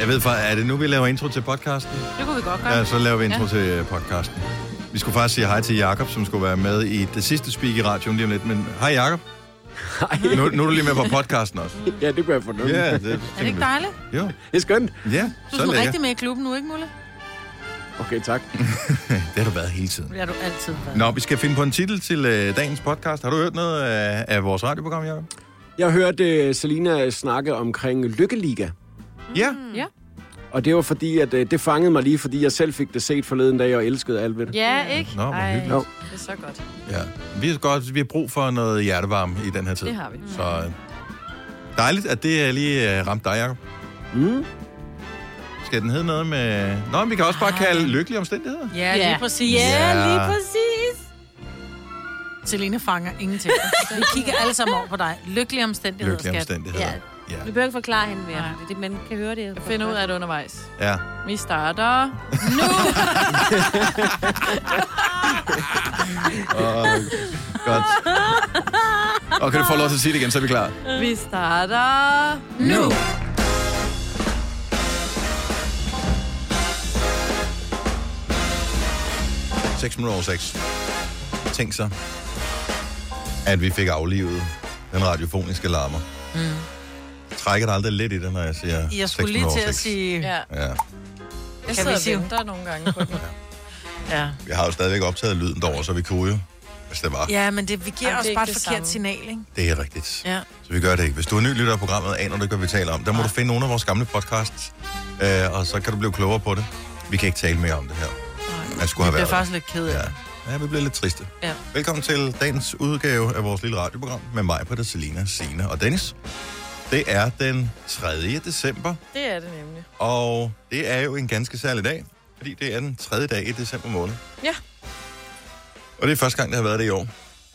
Jeg ved faktisk, er det nu, vi laver intro til podcasten? Det kunne vi godt gøre. Ja, så laver vi intro til podcasten. Vi skulle faktisk sige hej til Jakob, som skulle være med i det sidste speak i radioen lige om lidt. Men hej Jakob. Hej. Nu er du lige med på podcasten også. Ja, det kunne jeg fornemme. Ja, Er det ikke dejligt? Jo. Det er skønt. Ja, Du så er lækker. rigtig med i klubben nu, ikke Mulle? Okay, tak. Det har du været hele tiden. Det har du altid været. Nå, vi skal finde på en titel til dagens podcast. Har du hørt noget af vores radioprogram, Jacob? Jeg har hørt Selina snakke omkring Lykkeliga. Ja. Ja. Og det var fordi, at det fangede mig lige, fordi jeg selv fik det set forleden dag og elskede alt ved det. Ja, ikke? Nå, hvor hyggeligt. Jo. Det er så godt. Ja. Vi har brug for noget hjertevarme i den her tid. Det har vi. Så dejligt, at det lige ramte dig, Jacob. Mm. Skal den hedde noget med... Nå, vi kan også bare kalde lykkelige omstændigheder. Ja, lige præcis. Ja, lige præcis. Selina fanger ingenting. Vi kigger alle sammen over på dig. Lykkelige omstændigheder, Lykkelige skat. omstændigheder. Ja. Ja. Vi behøver ikke forklare hende mere. Nej. Det, man kan høre det. Jeg finder ud af det undervejs. Ja. Vi starter nu. Godt. Og kan du få lov til at sige det igen, så er vi klar. Vi starter nu. 6:06. Tænk så, at vi fik aflivet den radiofoniske larmer. Trækker der aldrig lidt i det, når jeg siger Jeg skulle lige til at 6:06? sige... Ja. Ja. Jeg Kan sidder vi og sige- venter nogle gange på den. Ja. Vi har jo stadigvæk optaget lyden derovre, så vi kunne jo, hvis det var. Ja, men vi giver Jamen, os det er bare et ikke det forkert samme. signal, ikke? Det er rigtigt. Ja. Så vi gør det ikke. Hvis du er ny lytter af programmet, aner du ikke, hvad vi taler om. Der må du finde nogle af vores gamle podcasts, og så kan du blive klogere på det. Vi kan ikke tale mere om det her. Man skulle Jeg have bliver været faktisk lidt ked af der. det. Ja, vi bliver lidt triste. Ja. Velkommen til dagens udgave af vores lille radioprogram med mig, Peter, Selina, Signe og Dennis. Det er den 3. december, Det er det nemlig. og det er jo en ganske særlig dag, fordi det er den 3. dag i december måned. Ja. Og det er første gang, det har været det i år.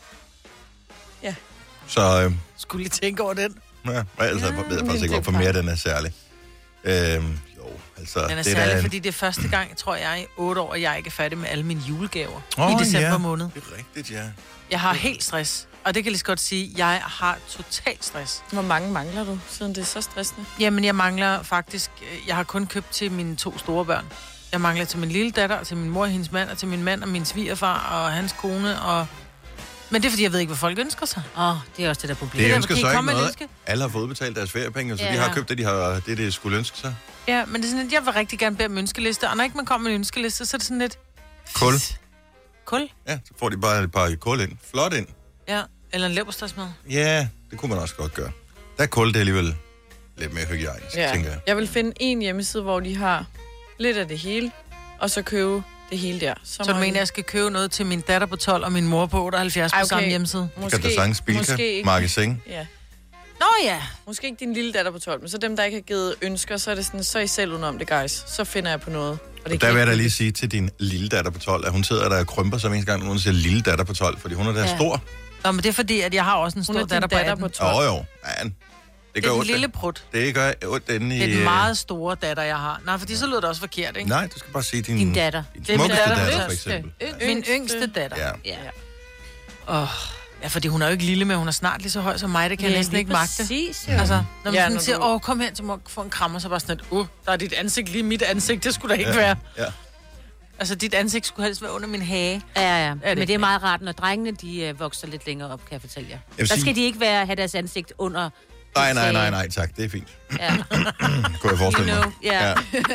Ja. Så Skulle lige tænke over den. ja, altså, jeg ved faktisk ikke, hvorfor mere den er særlig. Jo, altså... Den er det særlig, da fordi det er første gang, tror jeg, i 8 år, at jeg ikke er færdig med alle mine julegaver Åh, i december ja. måned. Det er rigtigt, ja. Jeg har helt stress. Og det kan jeg lige så godt sige, jeg har total stress. Hvor mange mangler du, siden det er så stressende? Jamen, jeg mangler faktisk... Jeg har kun købt til mine 2 store børn. Jeg mangler til min lille datter, til min mor og hendes mand, og til min mand og min svigerfar og hans kone. Men det er, fordi jeg ved ikke, hvad folk ønsker sig. Det er også det der problem. Det der, ønsker kan I så ikke komme med et noget. ønske? Alle har fået udbetalt deres feriepenge, så Ja. de har købt det, de skulle ønske sig. Ja, men det er sådan, at jeg vil rigtig gerne bede om ønskeliste. Og når ikke man kommer med en ønskeliste, så er det sådan lidt... Kul. Kul? Ja, så får de bare et par kul ind. Flot ind. Ja. Eller en leverpostejsmad. Ja, det kunne man også godt gøre. Der er kul, det er alligevel lidt mere hygiejnisk, tænker jeg. Jeg vil finde en hjemmeside, hvor de har lidt af det hele, og så købe det hele der. Så du mener, at jeg skal købe noget til min datter på 12 og min mor på 78 på samme hjemmeside? Kan der sagtens Bilka, Magasin. Ja. Nå ja. Måske ikke din lille datter på 12, men så dem, der ikke har givet ønsker, så er det sådan, så er I selv udenom det, guys. Så finder jeg på noget. Og Og der vil jeg da lige sige til din lille datter på 12, at hun sidder der og krymper som en gang, når hun siger lille datter på 12, fordi hun er der stor. Nå, men det er fordi, at jeg har også en stor Hun er din datter på 18. datter på 12. Jo, men det gør Det er den ondt. lille prut. Det gør ondt inde i... Det er den meget store datter, jeg har. Nej, fordi så lyder det også forkert, ikke? Nej, du skal bare sige Din datter. Din Det er min smukkeste datter. datter, for Yngste. eksempel. Min yngste datter. Ja. Ja. Ja, fordi hun er jo ikke lille, men hun er snart lige så høj som mig. Det kan jeg næsten ikke magte. Præcis, jo. Altså, når man Ja, sådan når siger, du- kom hen til mig og få en krammer, så bare sådan et, der er dit ansigt lige mit ansigt. Det skulle da ikke være. Ja. Altså, dit ansigt skulle helst være under min hage. Ja. Men det ikke? er meget rart, når drengene de vokser lidt længere op, kan jeg fortælle jer. vil Der sige- skal de ikke have deres ansigt under... Nej, tak. Det er fint. Ja. Kunne jeg forestille mig. Ja.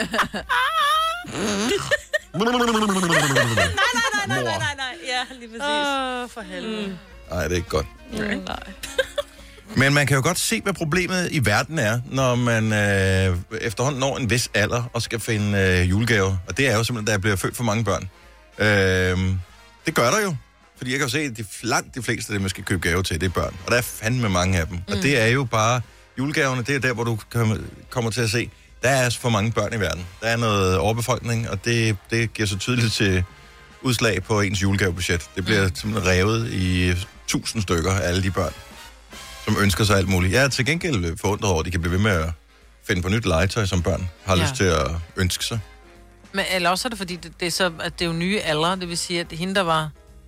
Nej. Ja, lige præcis. For helvede. Nej, det er ikke godt. Nej. Men man kan jo godt se, hvad problemet i verden er, når man efterhånden når en vis alder og skal finde julegaver. Og det er jo simpelthen, at der bliver født for mange børn. Det gør der jo. Fordi jeg kan jo se, at langt de fleste af dem, man skal købe gave til, det er børn. Og der er fandme mange af dem. Og det er jo bare... Julegaverne, det er der, hvor du kommer til at se, der er altså for mange børn i verden. Der er noget overbefolkning, og det giver så tydeligt til udslag på ens julegavebudget. Det bliver simpelthen revet i 1000 stykker af alle de børn, som ønsker sig alt muligt. Jeg er til gengæld forundret over, at de kan blive ved med at finde på nyt legetøj, som børn har lyst til at ønske sig. Men eller også er det, fordi det er så, at det er jo nye aldre. Det vil sige, at hende, der var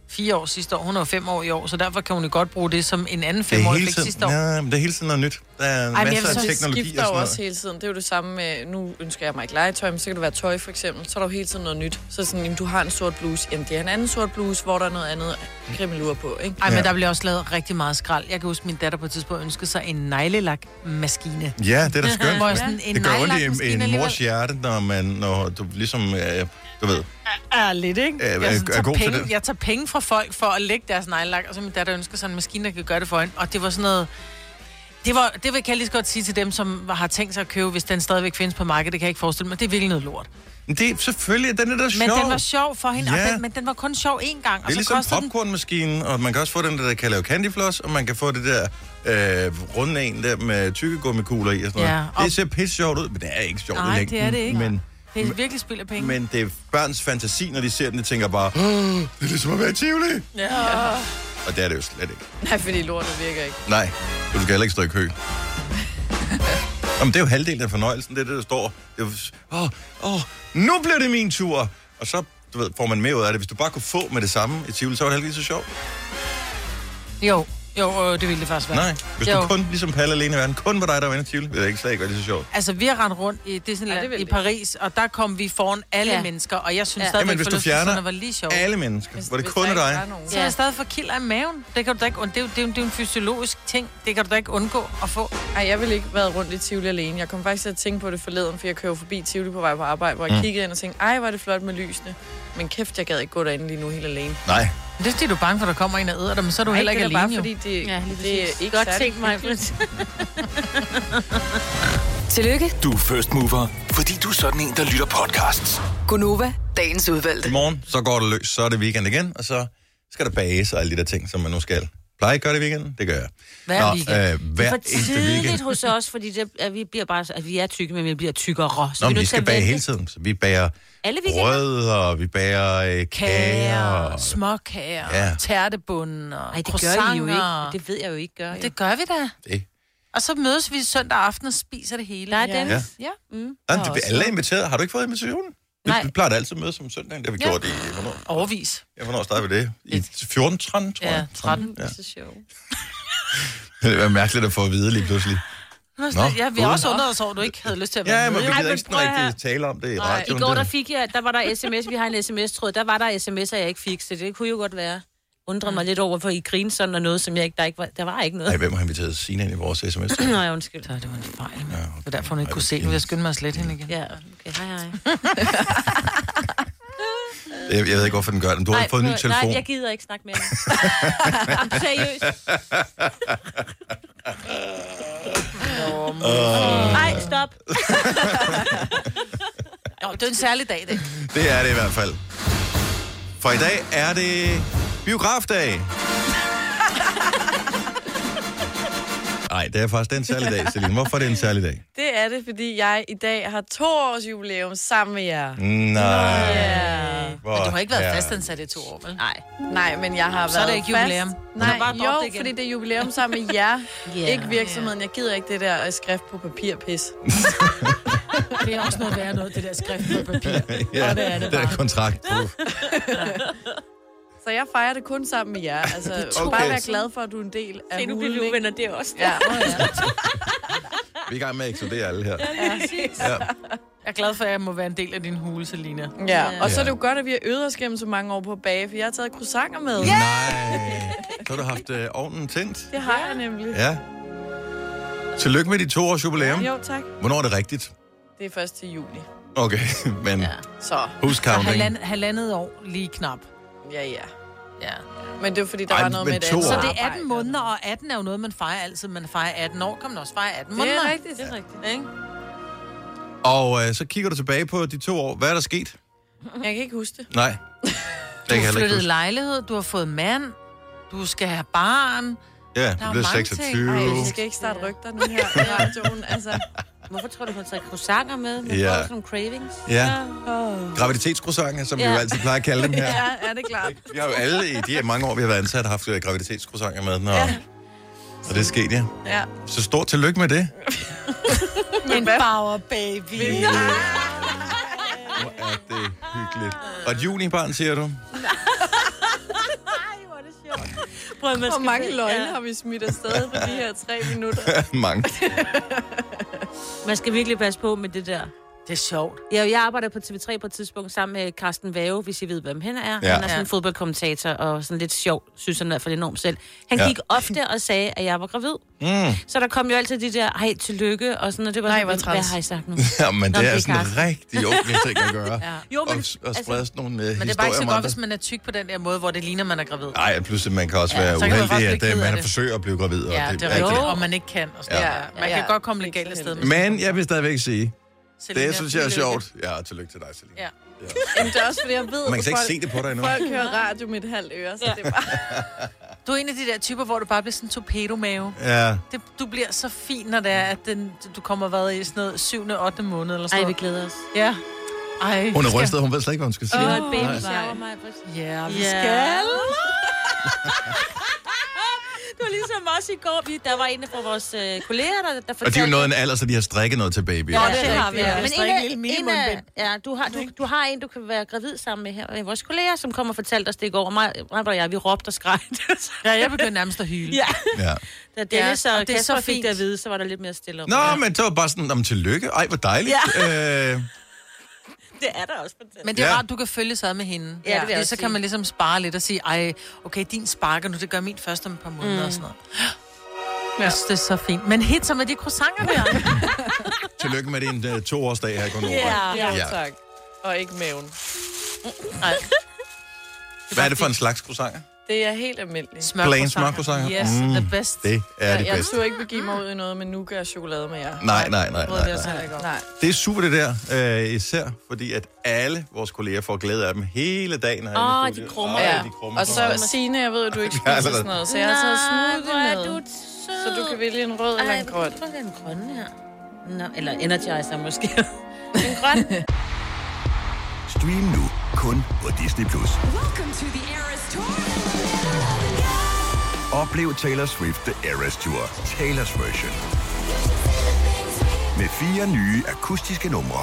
4 år sidste år. Hun er jo 5 år i år, så derfor kan hun jo godt bruge det som en anden 5-årig fik sidste år. Ja, men det er hele tiden noget nyt. Der er masser af teknologi skifter og jo sådan også hele tiden. Det er jo det samme med, nu ønsker jeg mig ikke legetøj, men så kan det være tøj for eksempel. Så er der jo hele tiden noget nyt. Så sådan, jamen, du har en sort bluse. Jamen, det er en anden sort bluse, hvor der er noget andet krimmelur på, ikke? Ej, men der bliver også lavet rigtig meget skrald. Jeg kan huske, min datter på et tidspunkt ønskede sig en neglelakmaskine. Ja, det er da skønt. Hvor sådan en det gør ondt neglelakmaskine i en mors hjerte, når du ligesom, du ved... Er lidt, ikke? Er god til det. Jeg tager penge fra folk for at lægge deres neglelak, og så min datter ønsker sig en maskine, der kan gøre det for hende. Og det var sådan noget... Det vil jeg lige så godt sige til dem, som har tænkt sig at købe, hvis den stadigvæk findes på markedet. Det kan jeg ikke forestille mig. Det er virkelig noget lort. Det er selvfølgelig, den er da sjov. Men den var sjov for hende, ja. Men den var kun sjov én gang. Det er ligesom popcornmaskinen, og man kan også få den der kan lave candyfloss, og man kan få det der runde en der med tykkegummikugler i og sådan noget. Det ser pisse sjovt ud, men det er ikke sjovt i længden. Nej, det er det ikke. Men, det er virkelig spild af penge. Men det er børns fantasi, når de ser den, de tænker bare, det er ligesom at være i Tivoli. Ja. Og det er det jo slet ikke. Nej, fordi lortet virker ikke. Nej, du skal heller ikke stå i kø. Jamen, det er jo halvdelen af fornøjelsen, det er det, der står. Det er jo, nu bliver det min tur. Og så, du ved, får man mere ud af det. Hvis du bare kunne få med det samme i Tivoli, så var det heller ikke så sjovt. Jo, det ville det faktisk være. Nej, hvis du kun, ligesom Palle alene i verden, kun var dig, der var inde i Tivoli, ville det ikke slet ikke være lige så sjovt. Altså, vi har rendt rundt i Disneyland i Paris, og der kom vi foran alle mennesker, og jeg synes stadigvæk, hvis du fjerner var lige sjovt. alle mennesker, hvor det kun er dig. Så er jeg stadig for kilder af maven. Det kan du da ikke, det er jo en fysiologisk ting. Det kan du da ikke undgå at få. Ej, jeg vil ikke være rundt i Tivoli alene. Jeg kom faktisk til at tænke på det forleden, for jeg kører forbi Tivoli på vej på arbejde, hvor jeg kiggede ind og tænkte, ej, hvor er det flot med lysene. Men kæft, jeg gad ikke gå derinde lige nu helt alene. Nej. Det er fordi, du er bange for, at der kommer en og æder dig, men så er du heller ikke alene, jo. Det er bare fordi, det er ikke godt tænkt mig. Tillykke. Du er first mover, fordi du er sådan en, der lytter podcasts. Gunova, dagens udvalgte. I morgen, så går det løs, så er det weekend igen, og så skal der bages og alle de der ting, som man nu skal. Plejer I gøre det i weekenden? Det gør jeg. Hver weekend. Hver det er for tidligt hos os, fordi vi bliver bare, at vi er tykke, men vi bliver tykkere. Så vi skal bage hele tiden. Så vi bager brød, og vi bager kager. Småkager, tærtebunden og det gør I jo ikke. Det ved jeg jo ikke gør. Det gør vi da. Det. Og så mødes vi søndag aften og spiser det hele. Nej, Dennis. Ja. Alle er inviteret. Har du ikke fået invitationen? Vi plejer altid at mødes om søndagen. Det har vi gjort i hvornår? Overvis. Ja, hvornår starter vi det? I 14, 13, tror jeg. Ja, 13. Det er så sjovt. Det er mærkeligt at få at vide lige pludselig. Ja, vi har også undret os over, at du ikke havde lyst til at være med. Ja, men vi gider ikke sådan rigtig tale om det i radioen. I går, der var der sms, vi har en sms-tråd, der var der sms'er, jeg ikke fik, så det kunne jo godt være. Undrer mig lidt over, for I griner sådan og noget, som jeg ikke, der var ikke noget. Nej, hvem har inviteret Signe ind i vores sms? Nej, undskyld. Så det var en fejl. Ja, okay. Det er derfor, hun ikke kunne se. Nu vil jeg skynde mig slet hende igen. Ja, okay, hej. Jeg ved ikke, hvorfor den gør det. Du har fået en ny telefon. Nej, jeg gider ikke snakke mere. I'm seriøs. Nej, stop. Jo, det er en særlig dag, det. Det er det i hvert fald. For i dag er det biografdag. Nej, det er faktisk en særlig dag, Celine. Hvorfor er det en særlig dag? Det er det, fordi jeg i dag har 2 års jubilæum sammen med jer. Nej. Yeah. Men du har ikke været fastansat i 2 år, vel? Nej, men jeg har været så er det ikke jubilæum. Nej, fordi det er jubilæum sammen med jer. Ikke virksomheden. Jeg gider ikke det der skrift på papir pis. Det er også noget værre noget, det der skrift på papir. Ja, det er det bare. Det er kontrakt på. Så jeg fejrer det kun sammen med jer. Altså, bare være glad for, at du er en del af hulen. Nu bliver vi uvenner, det er også. Ja. Vi er i gang med at eksplodere alle her. Ja. Jeg er glad for, at jeg må være en del af din hule, Selina. Ja, og så er det jo godt, at vi har øvet os gennem så mange år på at bage, for jeg har taget croissanter med. Yeah! Nej, så har du haft ovnen tændt. Det har jeg nemlig. Ja. Tillykke med de 2 års jubilæum. Jo, tak. Hvornår er det rigtigt? Det er først til juli. Okay, men så huscounting. Halvandet år lige knap. Ja. Ja. Men det er fordi, der var noget med det. Så det er 18 måneder, og 18 er jo noget, man fejrer altid. Man fejrer 18 år, kan man også fejre 18 måneder. Det er rigtigt. Ikke? Og så kigger du tilbage på de 2 år. Hvad er der sket? Jeg kan ikke huske det. Nej. Du har flyttet lejlighed, du har fået mand, du skal have barn. Ja, du bliver 26. Ej, vi skal ikke starte rygter nu her i radioen. Altså, hvorfor tror du, hun tager croissanter med? Man får sådan nogle cravings. Ja. Graviditetscroissanter, som vi jo altid plejer at kalde dem her. Ja, er det klart. Vi har jo alle i de her mange år, vi har været ansat, haft graviditetscroissanter med. Og det er sket, ja. Så stort tillykke med det. En power baby. Hvor er det hyggeligt. Og et junibarn, siger du? tror jeg, man Hvor skal... mange løgne har vi smidt afsted på de her 3 minutter? Mange. Man skal virkelig passe på med det der. Det er sjovt. Ja, jeg arbejder på TV3 på et tidspunkt sammen med Carsten Vave, hvis I ved, hvem han er. Ja. Han er sådan en fodboldkommentator og sådan lidt sjov, synes han i hvert fald enormt selv. Han gik ofte og sagde, at jeg var gravid. Så der kom jo altid de der, hej, tillykke, og sådan, og det var sådan, hvad har I sagt nu? Ja, men det er det er sådan Carsten. rigtig okay ting at gøre. Jo, men, Og sprede sådan nogle Men det er bare historier ikke så om godt, andre. hvis man er tyk på den der måde, hvor det ligner, man er gravid. Nej, pludselig man kan også være så kan man uheldig, godt blive at ked af man det. forsøger at blive gravid. Ja, og det er rigtigt, rigtig- og man ikke kan. Og sådan Ja. der. Man kan godt komme lidt galt afsted med. Men jeg vil stadigvæk sige, Selina, det synes jeg er tillykke. sjovt. Ja, tillykke til dig, Selina. Ja. Jamen, det er også, fordi jeg ved, Man kan ikke folk, se det på dig endnu. folk hører radio med et halvt øre, så det er bare... Du er en af de der typer, hvor du bare bliver sådan en torpedomave. Ja. Du bliver så fin, når det er, at du kommer været i sådan noget 7. 8. måned eller sådan ej, vi noget. glæder os. Ja. Ej, Hun er rystet, hun ved slet ikke, hvad hun skal sige. Vi har et baby Nej. shower, mig. Ja, vi Ja. skal. Det var ligesom også i går. Der var en af vores kolleger, der fortalte... Og de er jo nået en alder, så de har strikket noget til baby. Ja, Ja, det det er har vi. rigtigt. Ja. Men Men en lille minimumbind. du har en, du kan være gravid sammen med her. Vores kolleger, som kommer og fortalte os det i går. Mig og jeg, vi råbte og skreg. Ja, jeg begyndte nærmest at hyle. Ja. Ja. Da Dennis Ja, og og det er så Kasper fik fint. det at vide, så var der lidt mere stille om. Nå, men det var bare sådan, om tillykke. Ej, hvor dejligt. Det er der også fortalt. Men det er Ja. rart, du kan følge sig med hende. Ja, det vil jeg Fordi også så sige. kan man ligesom spare lidt og sige, ej, okay, din sparker nu, det gør min først om et par måneder og sådan noget. Jeg synes, det er så fint. Men hit så med de croissanter der. Tillykke med din 2-årsdag her i Konoba. Ja, Ja. tak. Og ikke maven. Nej. Hvad er det for en slags croissanter? Det er helt almindeligt. Plain smørcroissanter? Yes, the best. Det er det Jeg bedste. turde ikke begive mig ud i noget med nougat og chokolade med jer. Nej. Nej. Det er super det der, især fordi at alle vores kolleger får glæde af dem hele dagen herinde i de studiet. krummer. Ja. De krummer Og så Signe, jeg ved, at du ikke spiser sådan noget, så jeg har taget smoothie med. Så du kan vælge en rød eller en grøn. Jeg tror, det er en grøn her. Nå, eller Energizer måske. En grøn. Stream nu kun på Disney+. Oplev Taylor Swift The Eras Tour, Taylor's version. Med 4 nye akustiske numre.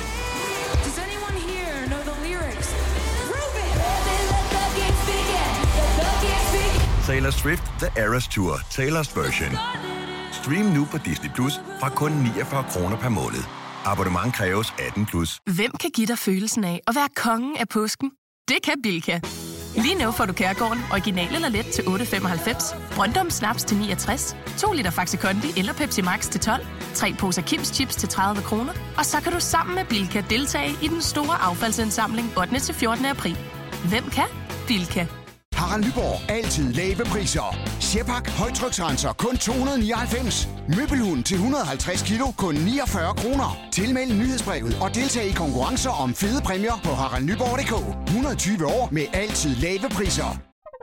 Taylor Swift The Eras Tour, Taylor's version. Stream nu på Disney Plus fra kun 49 kroner per måned. Abonnement kræves 18+. Hvem kan give dig følelsen af at være kongen af påsken? Det kan Bilka. Lige nu får du Kærgården original eller let til 8,95, Brøndum Snaps til 69, 2 liter Faxi Kondi eller Pepsi Max til 12, 3 poser Kims Chips til 30 kroner, og så kan du sammen med Bilka deltage i den store affaldsindsamling 8. til 14. april. Hvem kan? Bilka. Harald Nyborg. Altid lave priser. Sjehpak højtryksrenser kun 299. Møbelhund til 150 kilo kun 49 kroner. Tilmeld nyhedsbrevet og deltag i konkurrencer om fede præmier på haraldnyborg.dk. 120 år med altid lave priser.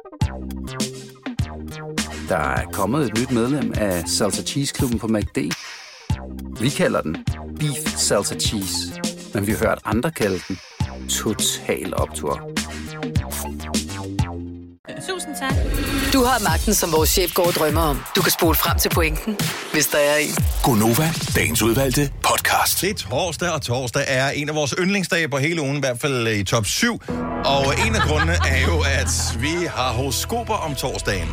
Der er kommet et nyt medlem af Salsa Cheese Klubben på McD. Vi kalder den Beef Salsa Cheese, men vi har hørt andre kalde den Total Optur. Tusind tak. Du har magten, som vores chef går og drømmer om. Du kan spole frem til pointen, hvis der er en. Gonova, dagens udvalgte podcast. Det er torsdag, og torsdag er en af vores yndlingsdage på hele ugen, i hvert fald i top 7. Og en af grundene er jo, at vi har horoskoper om torsdagen.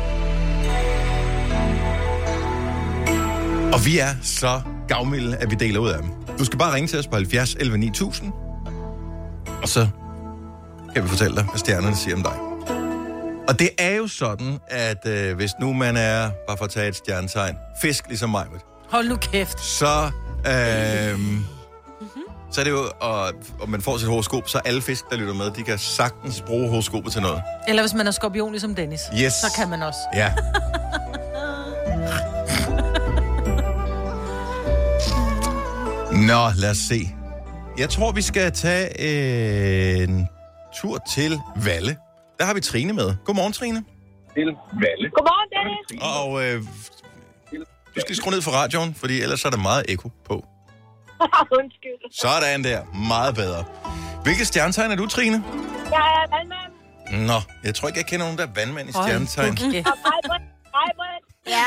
Og vi er så gavmilde, at vi deler ud af dem. Du skal bare ringe til os på 70 11 9000, og så kan vi fortælle dig, hvad stjernerne siger om dig. Og det er jo sådan, at hvis nu man er, bare for at tage et stjernetegn, fisk ligesom mig, Hold nu kæft. så så er det jo, og man får sit horoskop, så alle fisk, der lytter med, de kan sagtens bruge horoskopet til noget. Eller hvis man er skorpion ligesom Dennis. Yes. Så kan man også. Ja. Nå, lad os se. Jeg tror, vi skal tage en tur til Valle. Der har vi Trine med. Godmorgen, Trine. Til Valle. Godmorgen, Dennis. Og du skal skrue ned for radioen, fordi ellers er der meget ekko på. Undskyld. Sådan der. Meget bedre. Hvilket stjernetegn er du, Trine? Jeg er vandmand. Nå, jeg tror ikke, jeg kender nogen, der er vandmand i stjernetegn. Okay. Ja.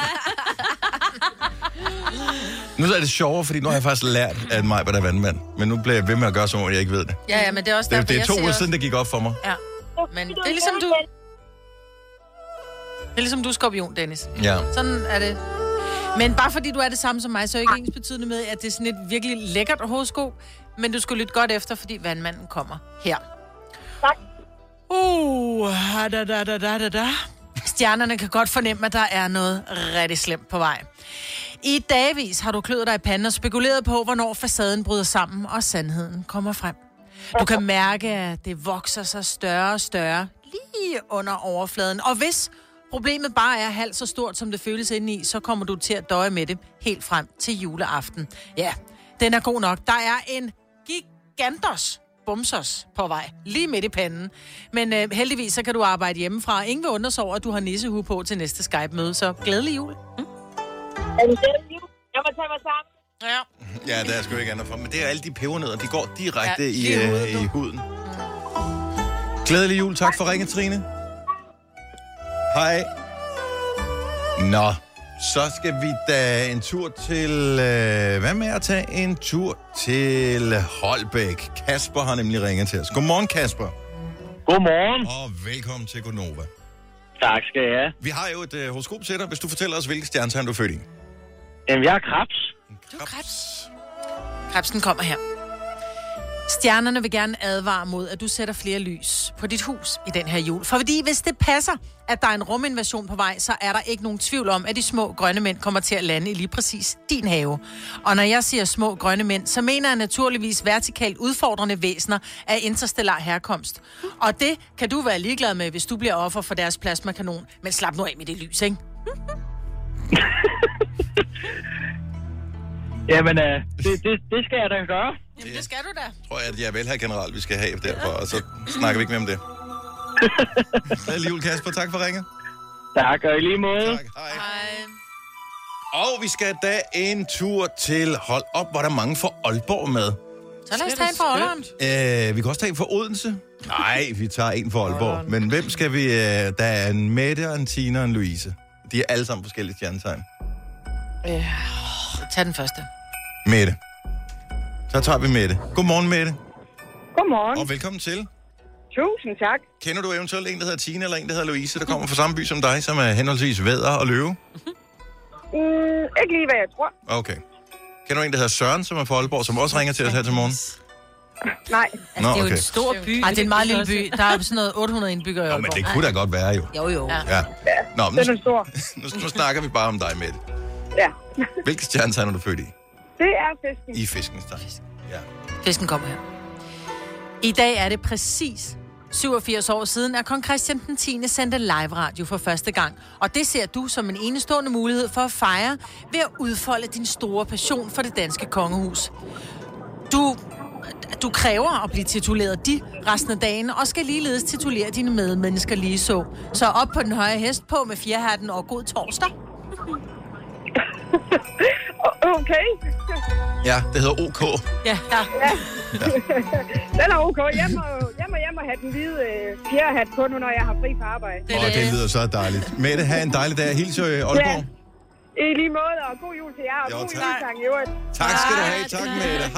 Nu er det sjovere, fordi nu har jeg faktisk lært, at mig var der vandmand. Men nu bliver jeg ved med at gøre, som om jeg ikke ved det. Ja, men det er også Det derfor, er jeg 2 siger uger også- siden, det gik op for mig. Ja, men det er ligesom du. er ligesom du er skorpion, Dennis. Ja. Sådan er det. Men bare fordi du er det samme som mig, så er ikke ens betydende med, at det er sådan et virkelig lækkert horoskop. Men du skulle lytte godt efter, fordi vandmanden kommer her. Tak. Da. Stjernerne kan godt fornemme, at der er noget rigtig slemt på vej. I dagvis har du kløet dig i panden og spekuleret på, hvornår facaden bryder sammen, og sandheden kommer frem. Du kan mærke, at det vokser sig større og større lige under overfladen. Og hvis problemet bare er halvt så stort, som det føles indeni, så kommer du til at døje med det helt frem til juleaften. Ja, den er god nok. Der er en gigantos bumsers på vej, lige midt i panden. Men heldigvis så kan du arbejde hjemmefra. Ingen vil undre sig over, at du har nissehue på til næste Skype-møde, så glædelig jul. Jeg må tage mig sammen. Ja. Ja, der er sgu ikke andet for. Men det er alle de pebernødder, de går direkte i huden. Glædelig jul. Tak for ringen, Trine. Hej. Nå, så skal vi da en tur til... hvad med at tage en tur til Holbæk? Kasper har nemlig ringet til os. Godmorgen, Kasper. Godmorgen. Og velkommen til Gonova. Tak skal jeg have. Vi har jo et horoskop til dig, hvis du fortæller os, hvilke stjernetegn du er født i. Jamen, jeg er krebs. Du er krebs. Krebsen kommer her. Stjernerne vil gerne advare mod, at du sætter flere lys på dit hus i den her jul. For fordi hvis det passer, at der er en ruminvasion på vej, så er der ikke nogen tvivl om, at de små grønne mænd kommer til at lande i lige præcis din have. Og når jeg siger små grønne mænd, så mener jeg naturligvis vertikalt udfordrende væsener af interstellar herkomst. Og det kan du være ligeglad med, hvis du bliver offer for deres plasmakanon. Men slap nu af med det lys, ikke? Jamen, det skal jeg da gøre. Jamen, det skal du da. Tror jeg, at jeg vil have generelt, vi skal have derfor, og så snakker vi ikke mere om det. Glædelig jul, Kasper. Tak for ringet. Tak, og i lige måde. Tak, hej. Og vi skal da en tur til Hold op, hvor der er mange fra Aalborg med. Så lad os tage en fra Aalborg. Vi kan også tage en fra Odense. Nej, vi tager en fra Aalborg. Men hvem skal vi... der er en Mette, en Tina og en Louise. De er alle sammen forskellige stjernetegn. Tag den første. Mette. Så tager vi Mette. Godmorgen, Mette. Godmorgen. Og velkommen til. Tusind tak. Kender du eventuelt en, der hedder Tina, eller en, der hedder Louise, der kommer fra samme by som dig, som er henholdsvis vædder og løve? Ikke lige, hvad jeg tror. Okay. Kender du en, der hedder Søren, som er fra Aalborg, som også ringer til os her til morgen? Nej. Altså, det er jo en stor by. Ej, det er en meget lille by. Der er sådan noget 800 indbyggere i Aalborg. Men det kunne da godt være, jo. Jo. Ja. Nå, Den er stor. nu snakker vi bare om dig, Mette. Ja. Hvilke stjernetegn er du født i? Det er fisken. I fiskens tegn. Ja. Fisken kommer her. I dag er det præcis 87 år siden, at kong Christian den 10. sendte live radio for første gang. Og det ser du som en enestående mulighed for at fejre ved at udfolde din store passion for det danske kongehus. Du kræver at blive tituleret de resten af dagen, og skal ligeledes titulere dine medmennesker lige så. Så op på den høje hest, på med fjerhatten og god torsdag. Okay. Ja, det hedder OK. Ja. Den er okay. Jeg må have den hvide fjerhat på nu, når jeg har fri på arbejde. Det lyder så dejligt. Mette, have en dejlig dag. Hils Aalborg. Ja. I lige måde, og god jul til jer, og god julesang i øvrigt. Tak skal du have. Tak, Mette.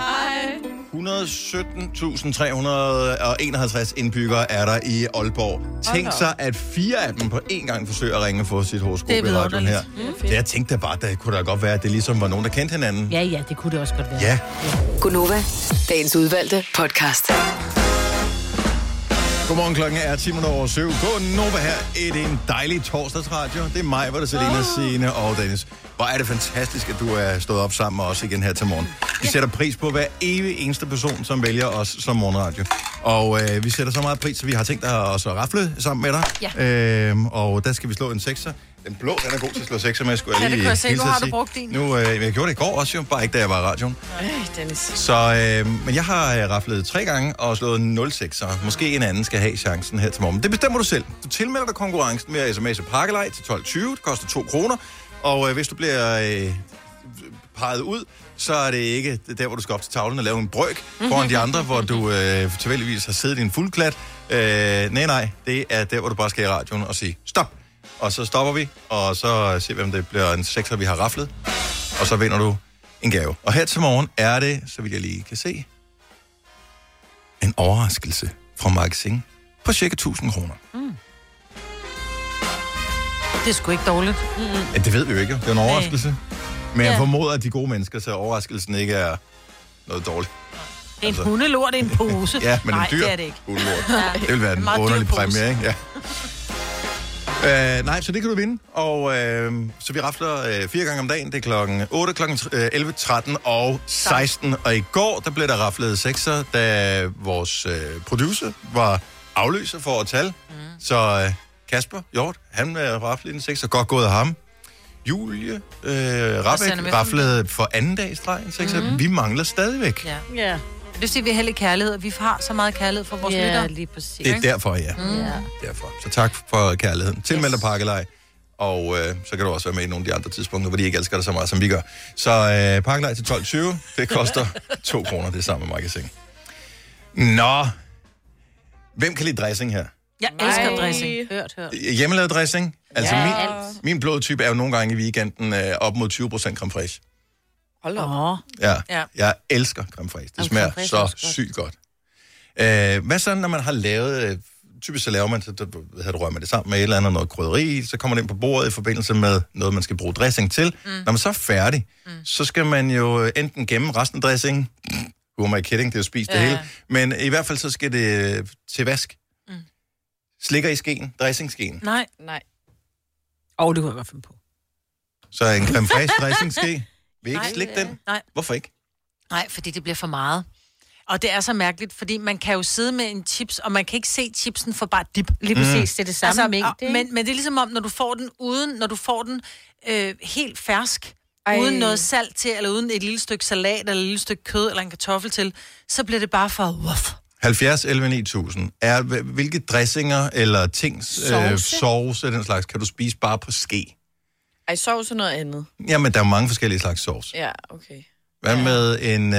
Hej. 117.351 indbyggere er der i Aalborg. Tænk sig, at 4 af dem på én gang forsøger at ringe og få sit horoskop i radioen her. Det jeg tænkte bare, det kunne da godt være, at det ligesom var nogen, der kendte hinanden. Ja, det kunne det også godt være. Ja. Gonova, dagens udvalgte podcast. Godmorgen, klokken er 10:07. Gonova her. Det er en dejlig torsdagsradio. Det er mig, hvor der Selina, Signe og Dennis. Hvor er det fantastisk, at du er stået op sammen med os igen her til morgen. Vi sætter pris på hver evig eneste person, som vælger os som morgenradio. Og vi sætter så meget pris, at vi har tænkt os at rafle sammen med dig. Ja. Og der skal vi slå en 6'er. Den blå, den er god til at slå 6'er med, skulle jeg lige det kan jeg se. Nu har du brugt din. Jeg gjorde det i går også, jo. Bare ikke, da jeg var i radioen. Dennis. Så, men jeg har raflet 3 gange og slået 0-6'er. Måske en anden skal have chancen her til morgen. Det bestemmer du selv. Du tilmelder dig konkurrencen med at sms'e pakkelej til 12.20. Det koster 2 kroner. Og hvis du bliver peget ud, så er det ikke der, hvor du skal op til tavlen og lave en brøk foran de andre, hvor du tilfældigvis har siddet i en fuldklat. Nej, det er der, hvor du bare skal i radioen og sige stop. Og så stopper vi, og så ser vi, om det bliver en 6'er, vi har raflet. Og så vinder du en gave. Og her til morgen er det, så vidt jeg lige kan se, en overraskelse fra Magasin på cirka 1.000 kroner. Det er sgu ikke dårligt. Ja, det ved vi jo ikke. Det er en overraskelse. Men jeg formoder, at de gode mennesker, så overraskelsen ikke er noget dårligt. Det er en hundelort i en pose. Ja, men nej, en dyr det er det ikke. hundelort. Det vil være en underlig præmie, ikke? Ja. Nej, så det kan du vinde. Og så vi rafler 4 gange om dagen. Det er klokken 8, klokken 11, 13 og 16. Og i går, der blev der raflet 6'er, da vores producer var afløser for at tale. Så Kasper Hjort, han raflede en 6'er. Godt gået af ham. Julie Rabeck raflede for anden dag i streg en 6'er. Vi mangler stadigvæk. Ja. Det vil sige, at vi er heldig kærlighed. Vi har så meget kærlighed for vores lytter. Ja, lige præcis. Det er derfor, ja. Derfor. Så tak for kærligheden. Tilmeld dig pakkelej. Og så kan du også være med i nogle af de andre tidspunkter, hvor de ikke elsker dig så meget, som vi gør. Så pakkelej til 12,20. Det koster 2 kroner, det er sammen med magasin. Nå. Hvem kan lide dressing her? Jeg elsker dressing. Hørt. Hjemmelavet dressing? Altså min blodtype er jo nogle gange i weekenden op mod 20% creme fraiche. Hold op. Ja, jeg elsker creme fraiche. Det smager så sygt godt. Hvad så, når man har lavet... Typisk så laver man, så rører man det sammen med et eller andet, noget krydderi, så kommer det ind på bordet i forbindelse med noget, man skal bruge dressing til. Når man så er færdig, så skal man jo enten gemme resten af dressingen. Who am I kidding? Det er jo spist det hele. Men i hvert fald så skal det til vask. Slikker i skeen, dressingskeen. Nej. Det kunne jeg godt finde på. Så en creme fraiche dressingske. Vil I ikke slikke den? Nej. Hvorfor ikke? Nej, fordi det bliver for meget. Og det er så mærkeligt, fordi man kan jo sidde med en chips, og man kan ikke se chipsen for bare dip. Lige præcis, det er det samme mængde. Men det er ligesom om, når du får den helt fersk, uden noget salt til, eller uden et lille stykke salat, eller et lille stykke kød, eller en kartoffel til, så bliver det bare for wuff. 70 11 9000. Hvilke dressinger eller ting, sauce den slags, kan du spise bare på ske? Sovs er noget andet. Jamen, der er mange forskellige slags sauce. Ja, okay. Hvad med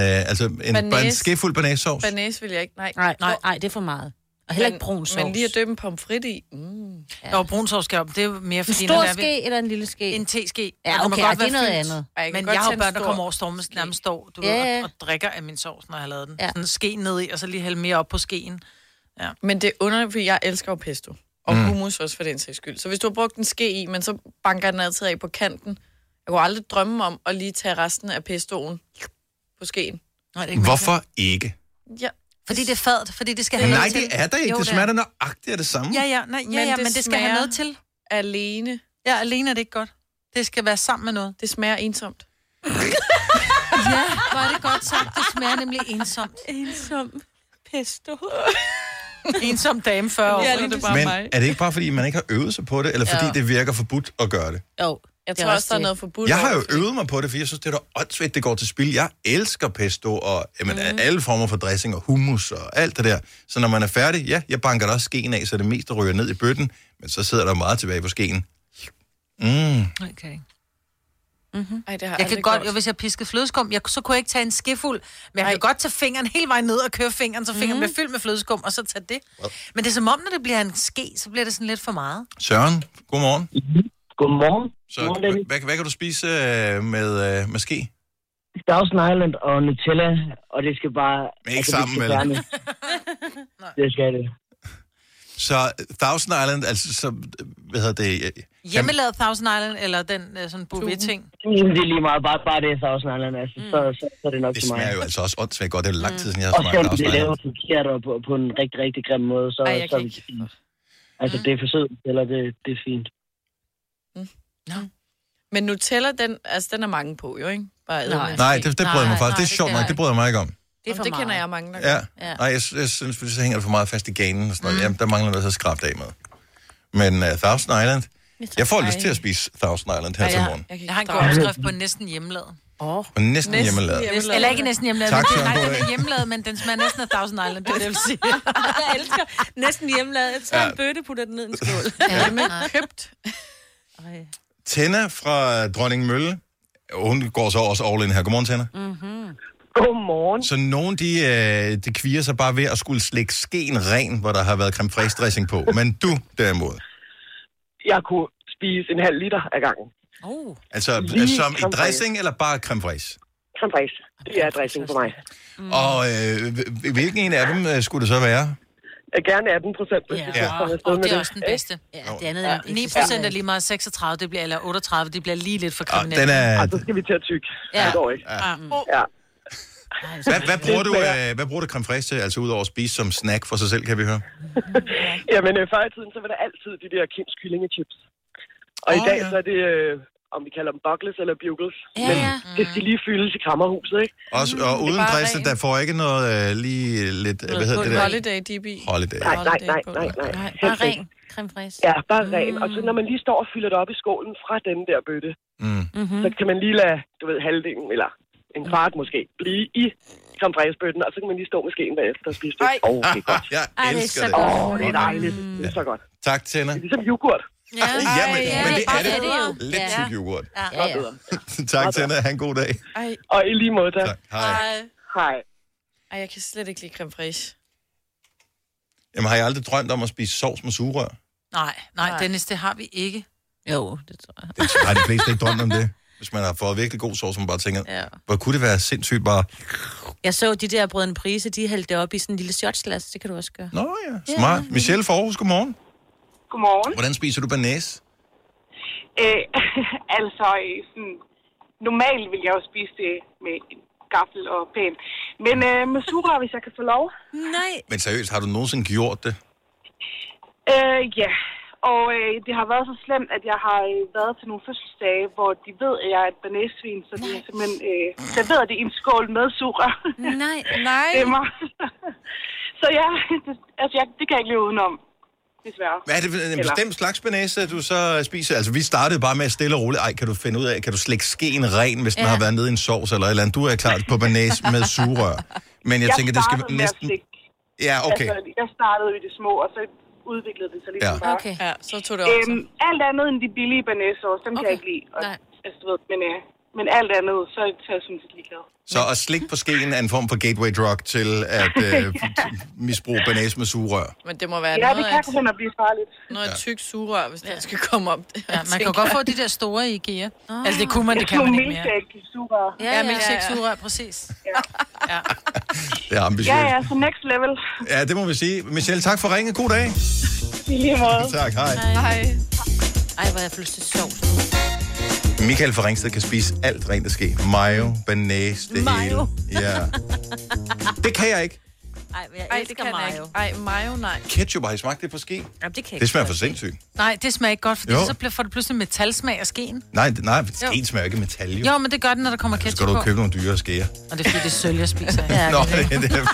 en skefuld banæssauce? Banæs vil jeg ikke, nej, det er for meget. Og heller ikke brun sovs. Men lige at døbe en pomfrit i. Ja. Brun sovs skal op. Det er mere fordi... En stor ske eller en lille ske? En teske. Ja, okay, det er noget andet. Men jeg har jo børn, der kommer over stormen, nærmest står og drikker af min sovs, når jeg har lavet den. Sådan en ske ned i, og så lige hælde mere op på skeen. Ja. Men det er underligt, fordi jeg elsker jo pesto. Og hummus også for den sags skyld. Så hvis du har brugt en ske i, men så banker den altid af på kanten. Jeg kunne aldrig drømme om at lige tage resten af pestoen på skeen. Hvorfor ikke? Ja. Fordi det er fadet, fordi det skal have noget til. Nej, det er der ikke. Jo, det smager da nøjagtigt af det samme. Men det skal have noget til. Alene. Ja, alene er det ikke godt. Det skal være sammen med noget. Det smager ensomt. Ja, hvor er det godt sagt. Det smager nemlig ensomt. Ensom pesto. Ensom dame 40 år. Ja, det er bare men mig. er det ikke bare, fordi man ikke har øvet sig på det, eller fordi det virker forbudt at gøre det? Jo. Jeg tror også, der er noget forbudt. Jeg har jo øvet mig på det, for jeg synes, det er da åndssvagt, det går til spil. Jeg elsker pesto og alle former for dressing og hummus og alt det der. Så når man er færdig, jeg banker da også skeen af, så det meste ryger ned i bøtten, men så sidder der meget tilbage på skeen. Okay. Ej, det har jeg kan godt, hvis jeg piskede flødeskum, så kunne jeg ikke tage en skefuld, men jeg kan godt tage fingeren hele vejen ned og køre fingeren, så fingeren bliver fyldt med flødeskum, og så tage det. Men det er som om, når det bliver en ske, så bliver det sådan lidt for meget. Søren, godmorgen. Godmorgen. Så hvad kan du spise med ske? Thousand Island og Nutella, og det skal bare... Men ikke sammen, vel? Det skal det. Så Thousand Island, altså, så, hvad hedder det? Hjemmelavet Thousand Island, eller den sådan bouvet-ting? Det er lige meget, bare det er Thousand Island, altså, så er det nok det til mig. Det smager jo altså også åndssvagt godt, det er jo lang tid siden, jeg har smagt Thousand Island. Thousand Island. Og selvom det er lavet på en rigtig, rigtig grim måde, så er det fint. Altså, det er for sødt, eller det er fint. Men Nutella, den er mange på, jo, ikke? Nej, det bryder jeg mig faktisk. Det er sjovt nok, det bryder jeg mig ikke om. Det kender jeg mange, der gør. Ja. Nej, jeg synes, fordi så hænger det for meget fast i ganen og sådan noget. Jamen, der mangler noget, så skrabt af med. Men Thousand Island, jeg får lyst til at spise Thousand Island her til morgen. Jeg har en god opskrift på næsten hjemmelavet. Og næsten hjemmelavet. Eller ikke næsten hjemmelavet. Tak, nej, den er hjemmelavet, men den smager næsten af Thousand Island, det vil sige. Jeg elsker næsten hjemmelavet. Jeg tager en bøtte, putter den ned i en skål. Købt. Tenna fra Dronning Mølle. Hun går så også all in her. Godmorgen, Tenna. Godmorgen. Så nogen, de kvier sig bare ved at skulle slikke skeen ren, hvor der har været creme fraiche dressing på. Men du, derimod? Jeg kunne spise en halv liter ad gangen. Altså, som i dressing, eller bare creme fraiche? Creme fraiche. Det er dressing for mig. Og hvilken en af dem skulle det så være? Gerne 18%, hvis vi kan komme afsted med det er også den bedste. Ja, det andet er 9% er lige meget 36, det bliver, eller 38, det bliver lige lidt for kriminelt. Så skal vi til at tykke. Ja. Det går ikke. Ja. Hvad bruger du creme fraiche til, altså ud over at spise som snack for sig selv, kan vi høre? Jamen, før i tiden, så var der altid de der Kims kyllingechips. Og i dag, så er det, om vi kalder dem buckles eller bugles. Men det skal lige fyldes i krammerhuset, ikke? Også, og uden drisse, der får ikke noget lige lidt, hvad hedder det der? Holiday DB. Holiday. Nej. Bare ren creme fraiche. Ja, bare ren. Og så når man lige står og fylder det op i skålen fra den der bøtte, så kan man lige lade, halvdelen, eller en kvart måske, blive i creme fraiche-bøtten, og så kan man lige stå med skeen bagefter og spise det. Det er godt. Jeg elsker det. Det er dejligt. Det er så godt. Tak, Tænder. Det er ligesom yoghurt. Ja, men det er det jo. Lidt tyk yoghurt. Tak, Tænder. Ha' en god dag. Og i lige måde, tak. Hej. Ej, jeg kan slet ikke lide creme fraiche. Jamen, har jeg aldrig drømt om at spise sovs med sugerør? Nej, Dennis, det har vi ikke. Jo, det tror jeg. Det har de fleste ikke drømt om det. Hvis man har fået virkelig god sovs, man bare tænker, hvor kunne det være sindssygt bare... Jeg så de der Brødrene Price, de hældte det op i sådan en lille shotsglas. Det kan du også gøre. Nå ja, smart. Michelle fra Aarhus, godmorgen. Godmorgen. Hvordan spiser du banæs? Normalt vil jeg jo spise det med en gaffel og pæn. Men med sugerør, hvis jeg kan få lov. Nej. Men seriøst, har du nogensinde gjort det? Ja. Og det har været så slemt, at jeg har været til nogle fødselsdage, hvor de ved, at jeg er et banæssvin, så de har simpelthen serveret det i en skål med sugerør. Nej. Det er mig. Så ja, det kan jeg ikke leve udenom. Desværre. Hvad er det for en bestemt slags banæse, du så spiser? Altså, vi startede bare med at stille og roligt. Kan du finde ud af, kan du slække skeen ren, hvis den har været nede i en sovs eller et eller andet? Du er klart på banæs med sugerør. Men jeg tænker, det skal næsten... Ja, okay. Altså, jeg startede i det små, og så udviklede det sig ligesom bare. Okay. Ja, så tog det også. Alt andet end de billige banæssauce, dem kan jeg ikke lide. Og, altså, du ved, men alt andet, så er jeg sådan set ligeglad. Så at slikke på skeen er en form for gateway drug til at misbruge banæs med sugerør. Men det må være noget det kan simpelthen blive farligt. Noget tyk sugerør, hvis det skal komme op. Ja, man kan godt få de der store i IKEA. Altså, det kunne man, det kan man ikke mere. Milkshake-sugerør. Ja, milkshake-sugerør, præcis. Ja. Det er ambitiøst. Ja, så next level. Ja, det må vi sige. Michelle, tak for ringe. God dag. I lige måde. Tak, hej. Ej, hvor er jeg pludselig sovs nu. Michael fra Ringsted kan spise alt rent, der sker. Mayo, banæs, det hele. Ja. Det kan jeg ikke. Ej, det kan mayo. Ej, mayo, nej. Ketchup, har I smagt det på ske? Ja, det kan det smager for sindssygt. Nej, det smager ikke godt, fordi så får det pludselig metalsmag af skeen. Nej, skeen smager ikke metal, jo. Jo, men det gør den, når der kommer ketchup på. Så skal du købe nogle dyre skeer. Og det er fordi, det er sølv, jeg spiser. Nå, det er...